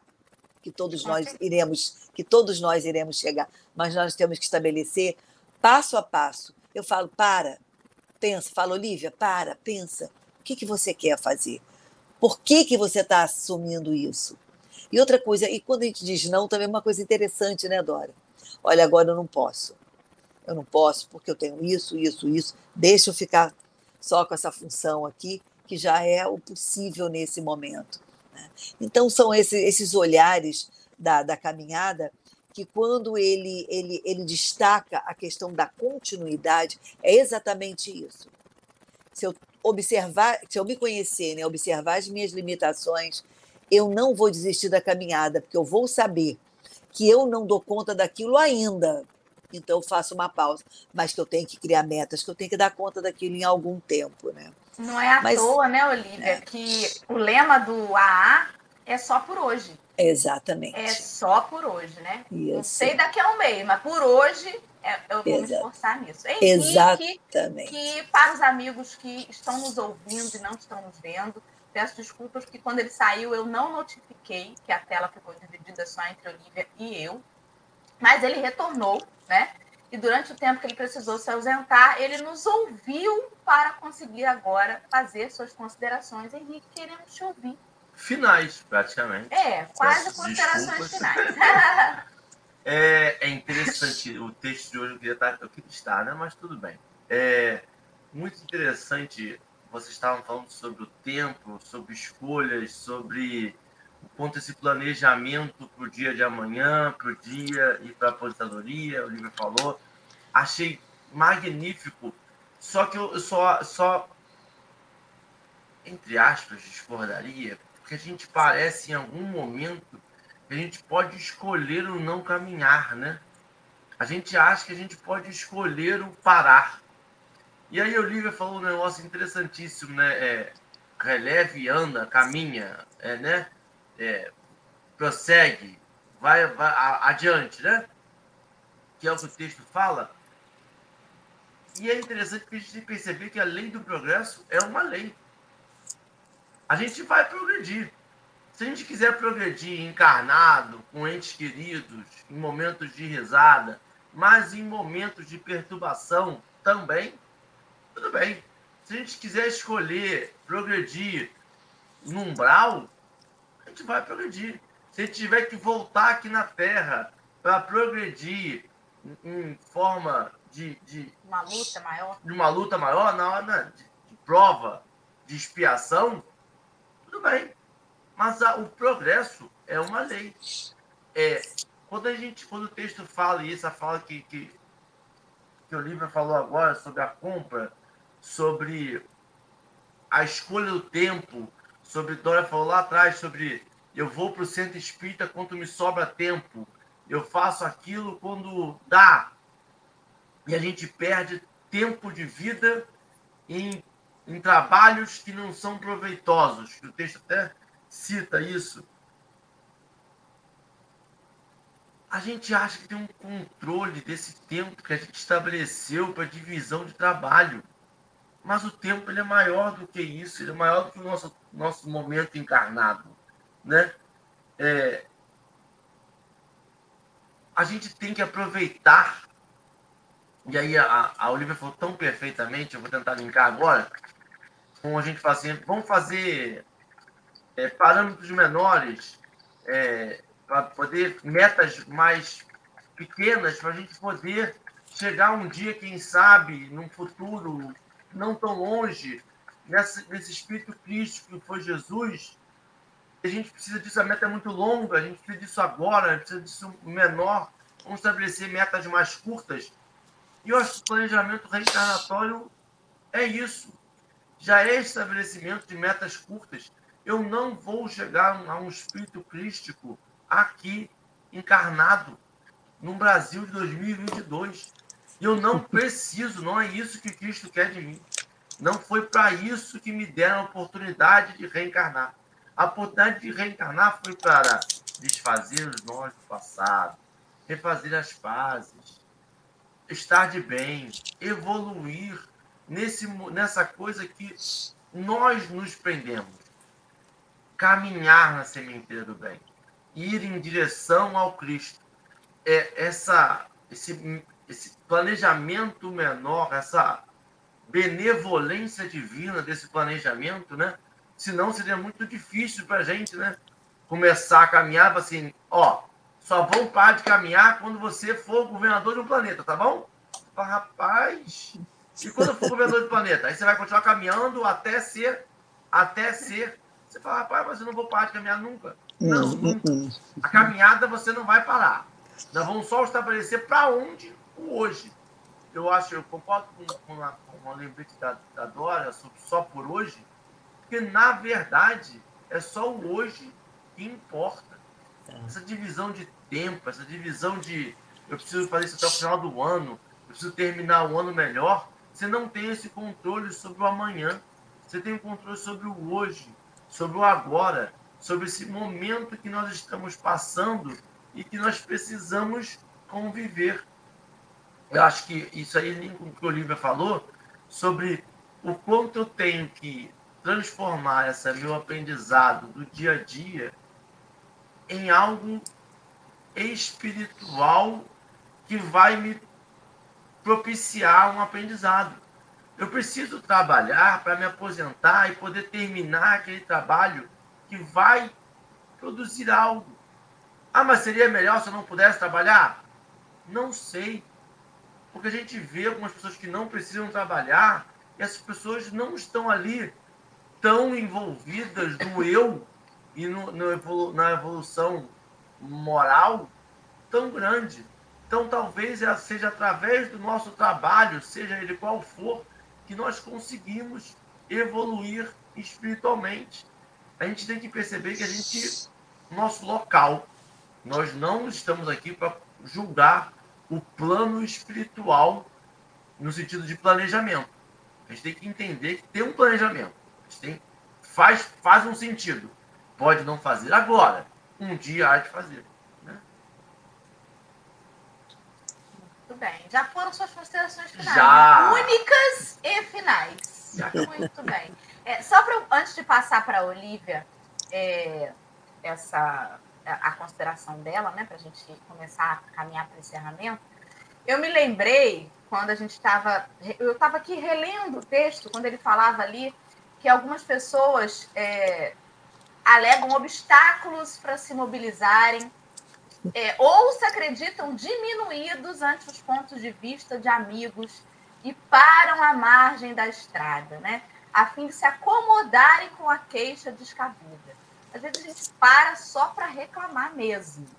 que todos nós iremos chegar, mas nós temos que estabelecer passo a passo. Eu falo: para, pensa, falo: Olívia, para, pensa, o que você quer fazer? Por que você está assumindo isso? E outra coisa, e quando a gente diz não, também é uma coisa interessante, né, Dora? Olha, agora eu não posso. Eu não posso porque eu tenho isso, isso, isso. Deixa eu ficar só com essa função aqui, que já é o possível nesse momento. Né? Então, são esses olhares da caminhada que, quando ele destaca a questão da continuidade, é exatamente isso. Se eu observar, se eu me conhecer, né, observar as minhas limitações, eu não vou desistir da caminhada, porque eu vou saber que eu não dou conta daquilo ainda. Então, eu faço uma pausa. Mas que eu tenho que criar metas, que eu tenho que dar conta daquilo em algum tempo. Né? Não é à toa, né, Olívia, que o lema do AA é só por hoje. Exatamente. É só por hoje, né? Isso. Não sei daqui a um mês, mas por hoje eu vou me esforçar nisso. Henrique, que para os amigos que estão nos ouvindo e não estão nos vendo, peço desculpas porque quando ele saiu eu não notifiquei que a tela ficou dividida só entre Olívia e eu, mas ele retornou, né? E durante o tempo que ele precisou se ausentar, ele nos ouviu para conseguir agora fazer suas considerações. Henrique, queremos te ouvir. Finais, praticamente. Quase considerações finais. É interessante, o texto de hoje eu queria estar, né? Mas tudo bem. É muito interessante, vocês estavam falando sobre o tempo, sobre escolhas, sobre o quanto esse planejamento para o dia de amanhã, para o dia e para a aposentadoria, o Olívia falou. Achei magnífico, só que eu só entre aspas, discordaria, porque a gente parece em algum momento que a gente pode escolher o não caminhar, né? A gente acha que a gente pode escolher o parar. E aí a Olívia falou um negócio interessantíssimo, né? Releve, anda, caminha, né? Prossegue, vai adiante, né? Que é o que o texto fala. E é interessante porque a gente tem que perceber que a lei do progresso é uma lei. A gente vai progredir. Se a gente quiser progredir encarnado, com entes queridos, em momentos de risada, mas em momentos de perturbação também, tudo bem. Se a gente quiser escolher progredir no umbral, a gente vai progredir. Se a gente tiver que voltar aqui na Terra para progredir em forma de uma luta maior, na hora de prova, de expiação, tudo bem. Mas o progresso é uma lei. quando o texto fala, e essa fala que o Olivia falou agora sobre a compra, sobre a escolha do tempo, sobre Dória falou lá atrás, sobre eu vou para o centro espírita quando me sobra tempo, eu faço aquilo quando dá, e a gente perde tempo de vida em trabalhos que não são proveitosos. O texto até cita isso. A gente acha que tem um controle desse tempo que a gente estabeleceu para divisão de trabalho. Mas o tempo ele é maior do que isso, ele é maior do que o nosso momento encarnado. Né? A gente tem que aproveitar, e aí a Olivia falou tão perfeitamente, eu vou tentar linkar agora, como a gente fala assim, vamos fazer parâmetros menores, para poder, metas mais pequenas, para a gente poder chegar um dia, quem sabe, num futuro não tão longe, nesse espírito crístico que foi Jesus. A gente precisa disso, a meta é muito longa, a gente precisa disso agora, a gente precisa disso menor. Vamos estabelecer metas mais curtas. E eu acho que o planejamento reencarnatório é isso. Já é estabelecimento de metas curtas. Eu não vou chegar a um espírito crístico aqui, encarnado, no Brasil de 2022. E eu não preciso, não é isso que Cristo quer de mim. Não foi para isso que me deram a oportunidade de reencarnar. A oportunidade de reencarnar foi para desfazer os nós do passado, refazer as pazes, estar de bem, evoluir nessa coisa que nós nos prendemos. Caminhar na sementeira do bem. Ir em direção ao Cristo. Esse planejamento menor, essa benevolência divina desse planejamento, né? Senão seria muito difícil para a gente, né? Começar a caminhar assim, só vão parar de caminhar quando você for governador de um planeta, tá bom? Rapaz, e quando eu for governador do planeta? Aí você vai continuar caminhando até ser. Você fala, rapaz, mas eu não vou parar de caminhar nunca. Não, nunca. A caminhada você não vai parar. Nós vamos só estabelecer para onde o hoje. Eu concordo com a lembrete da Dora sobre só por hoje, porque, na verdade, é só o hoje que importa. Essa divisão de tempo, essa divisão de eu preciso fazer isso até o final do ano, eu preciso terminar o ano melhor, você não tem esse controle sobre o amanhã. Você tem o controle sobre o hoje, sobre o agora, sobre esse momento que nós estamos passando e que nós precisamos conviver. Eu acho que isso aí, nem com o que o Olivia falou, sobre o quanto eu tenho que transformar esse meu aprendizado do dia a dia em algo espiritual que vai me propiciar um aprendizado. Eu preciso trabalhar para me aposentar e poder terminar aquele trabalho que vai produzir algo. Ah, mas seria melhor se eu não pudesse trabalhar? Não sei. Porque a gente vê algumas pessoas que não precisam trabalhar e essas pessoas não estão ali tão envolvidas no eu e na evolução moral tão grande. Então, talvez seja através do nosso trabalho, seja ele qual for, que nós conseguimos evoluir espiritualmente. A gente tem que perceber que nosso local, nós não estamos aqui para julgar o plano espiritual no sentido de planejamento. A gente tem que entender que tem um planejamento. Faz um sentido. Pode não fazer agora. Um dia há de fazer. Né? Muito bem. Já foram suas considerações finais. Já. Únicas e finais. Já. Muito bem. Antes de passar para a Olivia, a consideração dela, né, para a gente começar a caminhar para o encerramento, eu me lembrei quando eu estava aqui relendo o texto, quando ele falava ali que algumas pessoas alegam obstáculos para se mobilizarem, ou se acreditam diminuídos ante os pontos de vista de amigos e param à margem da estrada, né, a fim de se acomodarem com a queixa descabida. Às vezes a gente para só para reclamar mesmo.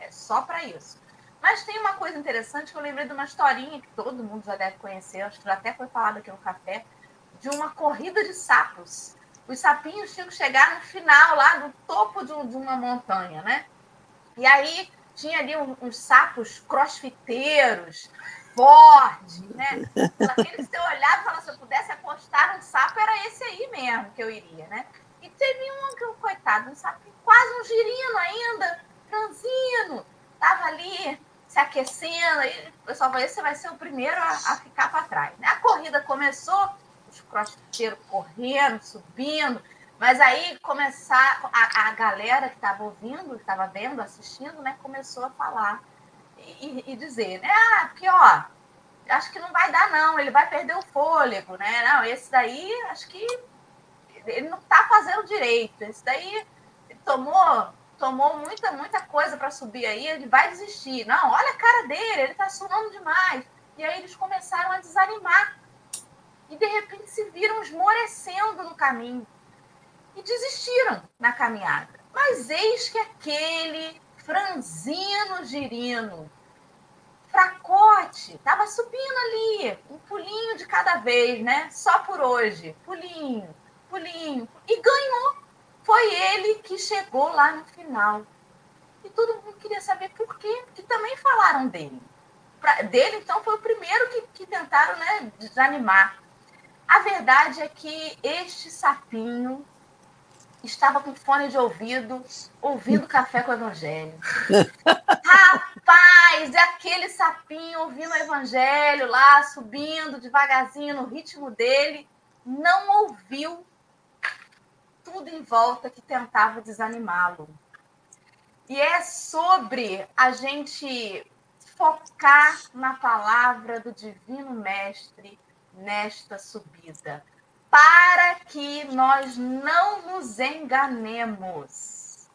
É só para isso. Mas tem uma coisa interessante que eu lembrei de uma historinha que todo mundo já deve conhecer, acho que já até foi falado aqui no café, de uma corrida de sapos. Os sapinhos tinham que chegar no final, lá no topo de uma montanha, né? E aí tinha ali uns sapos crossfiteiros, fortes, né? Aquele que você olhava e falava, se eu pudesse apostar num sapo, era esse aí mesmo que eu iria, né? E teve um que, coitado, um sapinho, quase um girino ainda, franzino, tava ali se aquecendo, e o pessoal falou, esse vai ser o primeiro a ficar para trás. A corrida começou, os crossfiteiros correndo, subindo, mas aí começar a galera que estava ouvindo, que estava vendo, assistindo, né, começou a falar e dizer, né, porque ó, acho que não vai dar não, ele vai perder o fôlego, né? Não, esse daí acho que ele não está fazendo direito, esse daí tomou muita coisa para subir aí, ele vai desistir. Não, olha a cara dele, ele está suando demais. E aí eles começaram a desanimar e de repente se viram esmorecendo no caminho e desistiram na caminhada. Mas eis que aquele franzino girino, fracote, estava subindo ali, um pulinho de cada vez, né? Só por hoje, pulinho, pulinho, e ganhou. Foi ele que chegou lá no final. E todo mundo queria saber por quê, porque também falaram dele. Dele, então, foi o primeiro que tentaram, né, desanimar. A verdade é que este sapinho estava com fone de ouvido, ouvindo Café com o Evangelho. Rapaz, aquele sapinho ouvindo o Evangelho lá, subindo devagarzinho no ritmo dele, não ouviu tudo em volta que tentava desanimá-lo. E é sobre a gente focar na palavra do Divino Mestre nesta subida, para que nós não nos enganemos.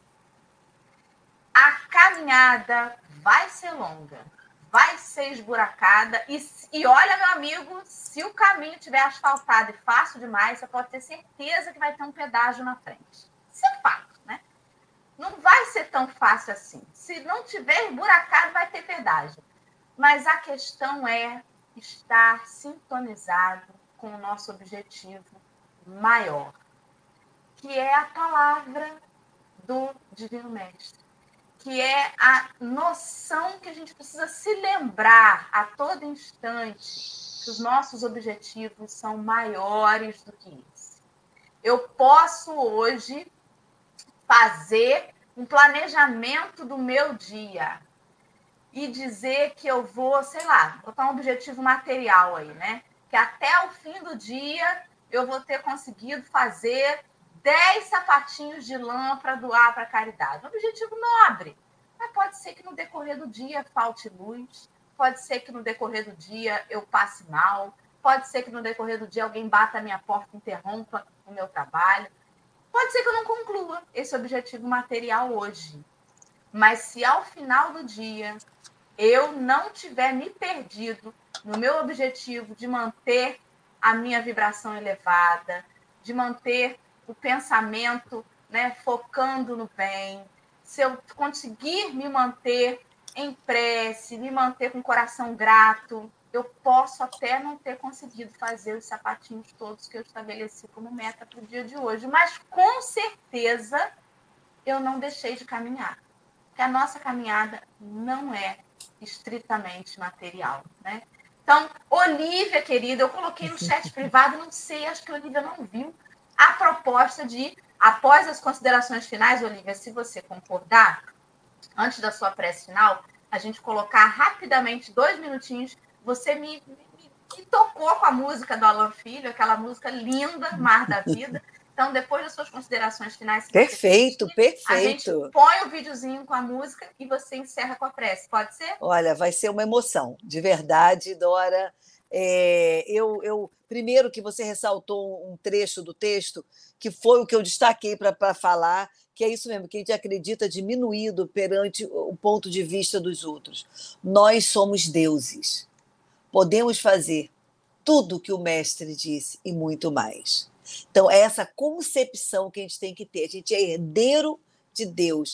A caminhada vai ser longa, vai ser esburacada, e olha, meu amigo, se o caminho estiver asfaltado e fácil demais, você pode ter certeza que vai ter um pedágio na frente. Isso é fato, né? Não vai ser tão fácil assim. Se não tiver esburacado, vai ter pedágio. Mas a questão é estar sintonizado com o nosso objetivo maior, que é a palavra do Divino Mestre, que é a noção que a gente precisa se lembrar a todo instante que os nossos objetivos são maiores do que isso. Eu posso hoje fazer um planejamento do meu dia e dizer que eu vou, sei lá, botar um objetivo material aí, né? Que até o fim do dia eu vou ter conseguido fazer 10 sapatinhos de lã para doar para a caridade. Um objetivo nobre. Mas pode ser que no decorrer do dia falte luz, pode ser que no decorrer do dia eu passe mal, pode ser que no decorrer do dia alguém bata a minha porta e interrompa o meu trabalho. Pode ser que eu não conclua esse objetivo material hoje. Mas se ao final do dia eu não tiver me perdido no meu objetivo de manter a minha vibração elevada, de manter o pensamento, né, focando no bem, se eu conseguir me manter em prece, me manter com o coração grato, eu posso até não ter conseguido fazer os sapatinhos todos que eu estabeleci como meta para o dia de hoje, mas com certeza eu não deixei de caminhar. Porque a nossa caminhada não é estritamente material, né? Então, Olivia, querida, eu coloquei no chat privado, não sei, acho que a Olivia não viu, a proposta de, após as considerações finais, Olivia, se você concordar, antes da sua prece final, a gente colocar rapidamente 2 minutinhos, você me tocou com a música do Alan Filho, aquela música linda, Mar da Vida. Então, depois das suas considerações finais, se Perfeito, você perfeito. a gente põe o videozinho com a música e você encerra com a prece. Pode ser? Olha, vai ser uma emoção, de verdade, Dora. Primeiro que você ressaltou um trecho do texto, que foi o que eu destaquei para falar, que é isso mesmo, que a gente acredita diminuído perante o ponto de vista dos outros. Nós somos deuses. Podemos fazer tudo o que o mestre disse e muito mais. Então, é essa concepção que a gente tem que ter. A gente é herdeiro de Deus.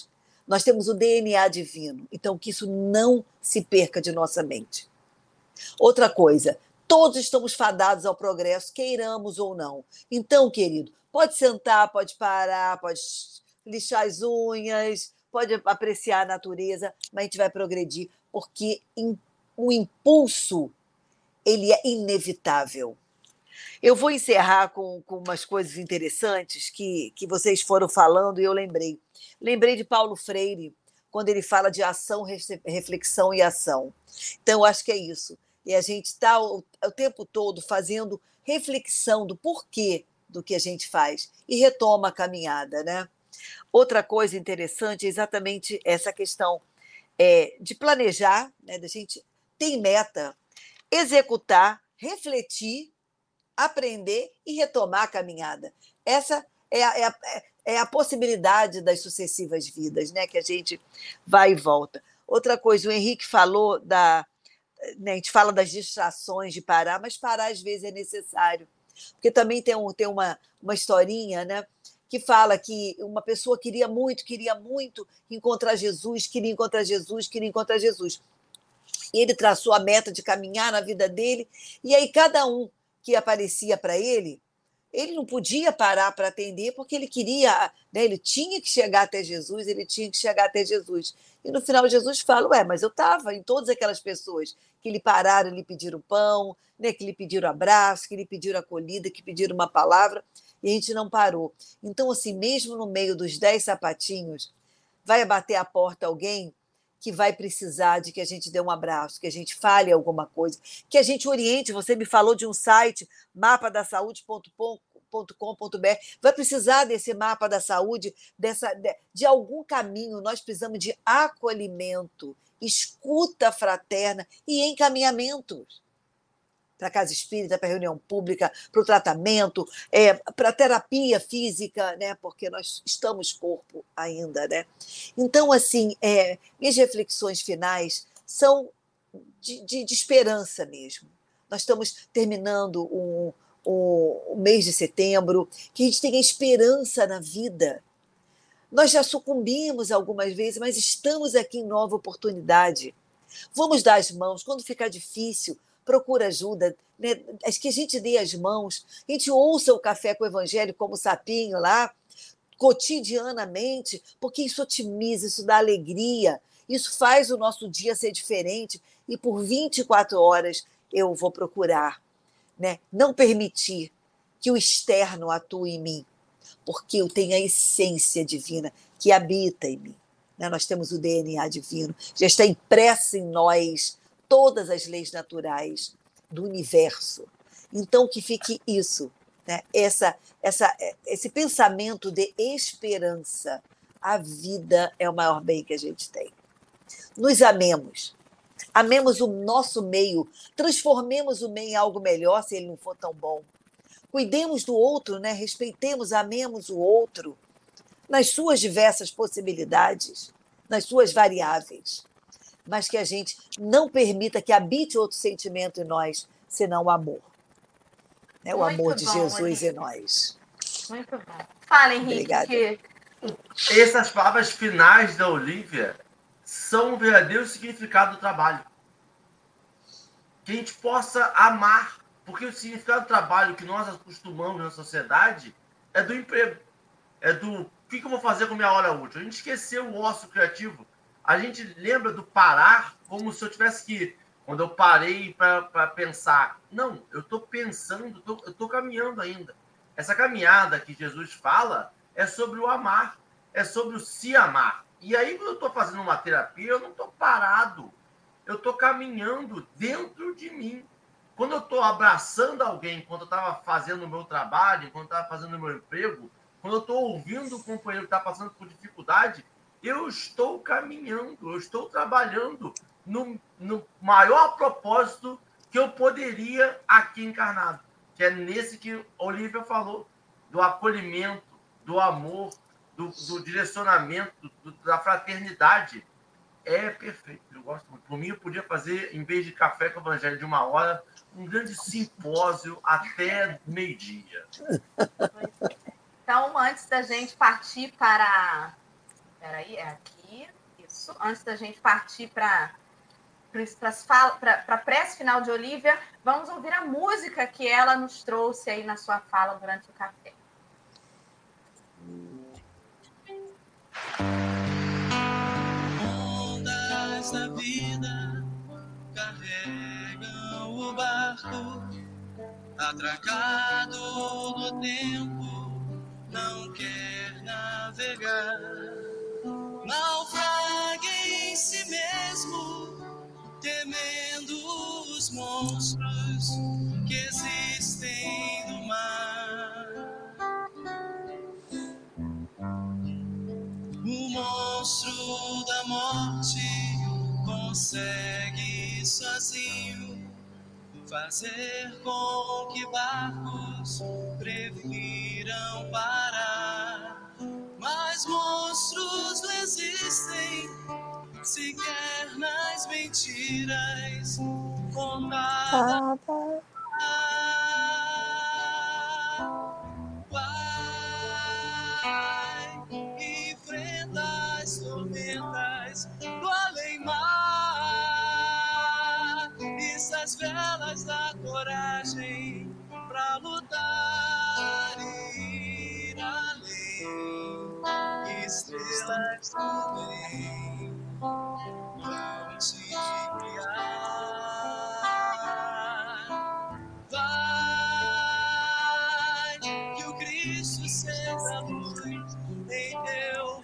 Nós temos o DNA divino, então que isso não se perca de nossa mente. Outra coisa, todos estamos fadados ao progresso, queiramos ou não. Então, querido, pode sentar, pode parar, pode lixar as unhas, pode apreciar a natureza, mas a gente vai progredir, porque o impulso ele é inevitável. Eu vou encerrar com umas coisas interessantes que vocês foram falando e eu lembrei. Lembrei de Paulo Freire, quando ele fala de ação, reflexão e ação. Então, eu acho que é isso. E a gente está o tempo todo fazendo reflexão do porquê do que a gente faz e retoma a caminhada, né? Outra coisa interessante é exatamente essa questão de planejar, né, da gente ter meta, executar, refletir, aprender e retomar a caminhada. Essa é a possibilidade das sucessivas vidas, né, que a gente vai e volta. Outra coisa, o Henrique falou né, a gente fala das distrações, de parar, mas parar às vezes é necessário. Porque também tem uma historinha, né, que fala que uma pessoa queria muito encontrar Jesus, queria encontrar Jesus, queria encontrar Jesus. E ele traçou a meta de caminhar na vida dele, e aí cada um que aparecia para ele não podia parar para atender, porque ele queria, né, ele tinha que chegar até Jesus, ele tinha que chegar até Jesus. E no final Jesus fala, mas eu estava em todas aquelas pessoas que lhe pararam, lhe pediram pão, né, que lhe pediram abraço, que lhe pediram acolhida, que pediram uma palavra, e a gente não parou. Então, assim, mesmo no meio dos 10 sapatinhos, vai bater a porta alguém que vai precisar de que a gente dê um abraço, que a gente fale alguma coisa, que a gente oriente. Você me falou de um site, mapadasaude.com.br, vai precisar desse mapa da saúde, de algum caminho. Nós precisamos de acolhimento, escuta fraterna e encaminhamentos para a casa espírita, para a reunião pública, para o tratamento, para a terapia física, né? Porque nós estamos corpo ainda, né? Então, assim, minhas reflexões finais são de esperança mesmo. Nós estamos terminando o mês de setembro, que a gente tenha esperança na vida. Nós já sucumbimos algumas vezes, mas estamos aqui em nova oportunidade. Vamos dar as mãos. Quando ficar difícil, procura ajuda, né? Que a gente dê as mãos, a gente ouça o Café com o Evangelho como sapinho lá, cotidianamente, porque isso otimiza, isso dá alegria, isso faz o nosso dia ser diferente, e por 24 horas eu vou procurar, né, não permitir que o externo atue em mim, porque eu tenho a essência divina que habita em mim. Né? Nós temos o DNA divino, já está impresso em nós todas as leis naturais do universo. Então, que fique isso, né? Esse pensamento de esperança. A vida é o maior bem que a gente tem. Nos amemos. Amemos o nosso meio. Transformemos o meio em algo melhor, se ele não for tão bom. Cuidemos do outro, né? Respeitemos, amemos o outro nas suas diversas possibilidades, nas suas variáveis. Mas que a gente não permita que habite outro sentimento em nós, senão o amor. Né? O amor de Jesus em nós. Muito bom. Fala, Henrique. Obrigada. Essas palavras finais da Olívia são o verdadeiro significado do trabalho. Que a gente possa amar, porque o significado do trabalho que nós acostumamos na sociedade é do emprego. É do o que eu vou fazer com minha hora útil. A gente esqueceu o ócio criativo. A gente lembra do parar como se eu tivesse que... Quando eu parei para pensar. Não, eu estou pensando, eu estou caminhando ainda. Essa caminhada que Jesus fala é sobre o amar, é sobre o se amar. E aí, quando eu estou fazendo uma terapia, eu não estou parado. Eu estou caminhando dentro de mim. Quando eu estou abraçando alguém, quando eu estava fazendo o meu trabalho, quando eu estava fazendo o meu emprego, quando eu estou ouvindo o companheiro que está passando por dificuldade, eu estou caminhando, eu estou trabalhando no maior propósito que eu poderia aqui encarnado, que é nesse que a Olívia falou, do acolhimento, do amor, do direcionamento, da fraternidade. É perfeito, eu gosto muito. Por mim, eu podia fazer, em vez de café com o Evangelho de 1 hora, um grande simpósio até meio-dia. Então, antes da gente partir para... Espera aí, é aqui. isso, antes da gente partir para a prece final de Olívia, vamos ouvir a música que ela nos trouxe aí na sua fala durante o café. Ondas da vida carregam o barco, atracado no tempo, não quer navegar. Naufraga em si mesmo, temendo os monstros que existem no mar. O monstro da morte consegue sozinho fazer com que barcos prefiram parar. Mas monstros não existem sequer nas mentiras contadas. Vai, enfrenta as tormentas do além-mar. Isso as velas da coragem pra lutar e ir além. Estrelas do bem vão te guiar. Vai, que o Cristo seja luz em teu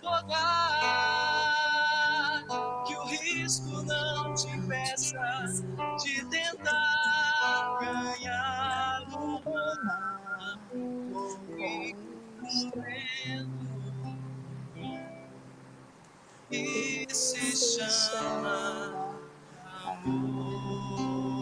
lugar. Que o risco não te impeça de tentar ganhar o mar. Com instrumento e se chama amor.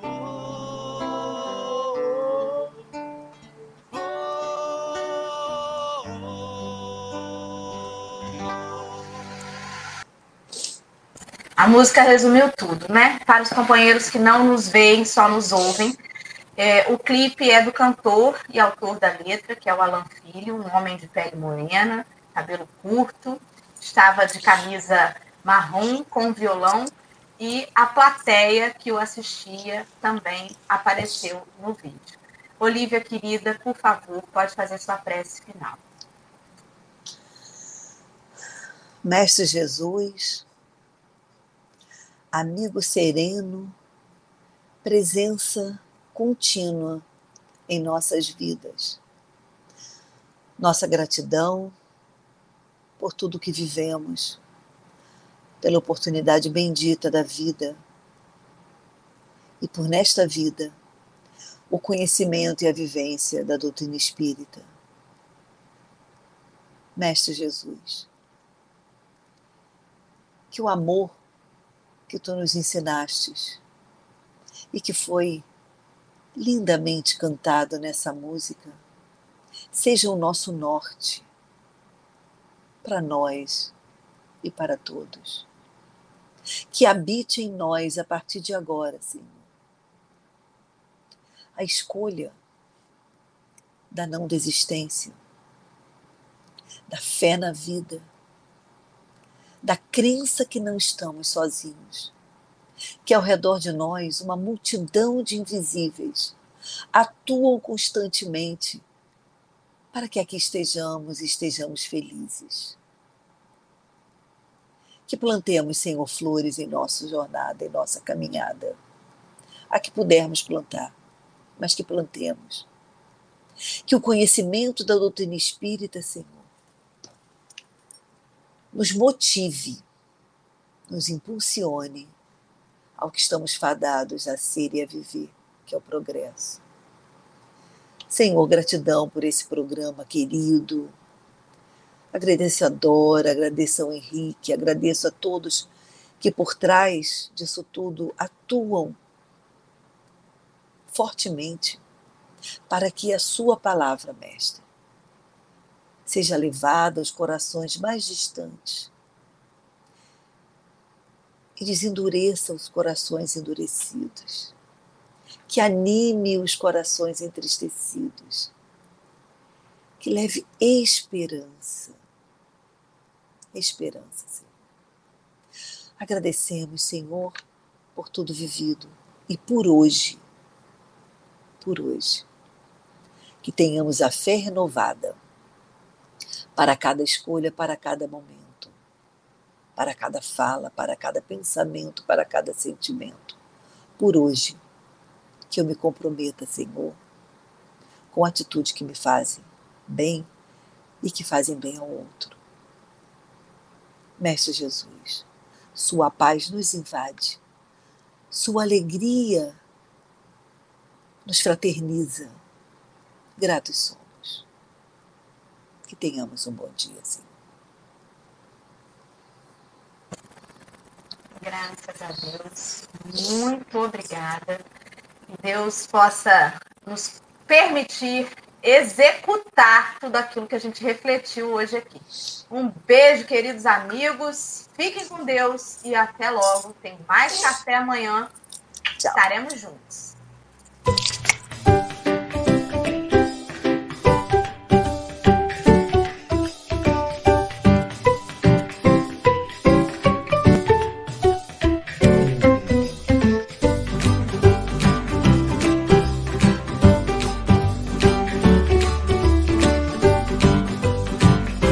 A música resumiu tudo, né? Para os companheiros que não nos veem, só nos ouvem, o clipe é do cantor e autor da letra, que é o Alan Filho, um homem de pele morena, cabelo curto, estava de camisa marrom com violão, e a plateia que o assistia também apareceu no vídeo. Olívia, querida, por favor, pode fazer sua prece final. Mestre Jesus, amigo sereno, presença contínua em nossas vidas. Nossa gratidão por tudo que vivemos, pela oportunidade bendita da vida e por nesta vida o conhecimento e a vivência da doutrina espírita. Mestre Jesus, que o amor que tu nos ensinastes e que foi lindamente cantado nessa música seja o nosso norte para nós e para todos. Que habite em nós a partir de agora, Senhor, a escolha da não desistência, da fé na vida, da crença que não estamos sozinhos, que ao redor de nós uma multidão de invisíveis atuam constantemente para que aqui estejamos e estejamos felizes. Que plantemos, Senhor, flores em nossa jornada, em nossa caminhada. A que pudermos plantar, mas que plantemos. Que o conhecimento da doutrina espírita, Senhor, nos motive, nos impulsione ao que estamos fadados a ser e a viver, que é o progresso. Senhor, gratidão por esse programa querido. Agradeço a Dora, agradeço ao Henrique, agradeço a todos que por trás disso tudo atuam fortemente para que a sua palavra, mestre, seja levada aos corações mais distantes e desendureça os corações endurecidos, que anime os corações entristecidos, que leve esperança, Senhor. Agradecemos, Senhor, por tudo vivido e por hoje. Por hoje. Que tenhamos a fé renovada para cada escolha, para cada momento, para cada fala, para cada pensamento, para cada sentimento. Por hoje, que eu me comprometa, Senhor, com atitudes que me fazem bem e que fazem bem ao outro. Mestre Jesus, sua paz nos invade, sua alegria nos fraterniza. Gratos somos. Que tenhamos um bom dia, Senhor. Graças a Deus. Muito obrigada. Que Deus possa nos permitir executar tudo aquilo que a gente refletiu hoje aqui. Um beijo, queridos amigos. Fiquem com Deus e até logo. Tem mais café amanhã. Tchau. Estaremos juntos.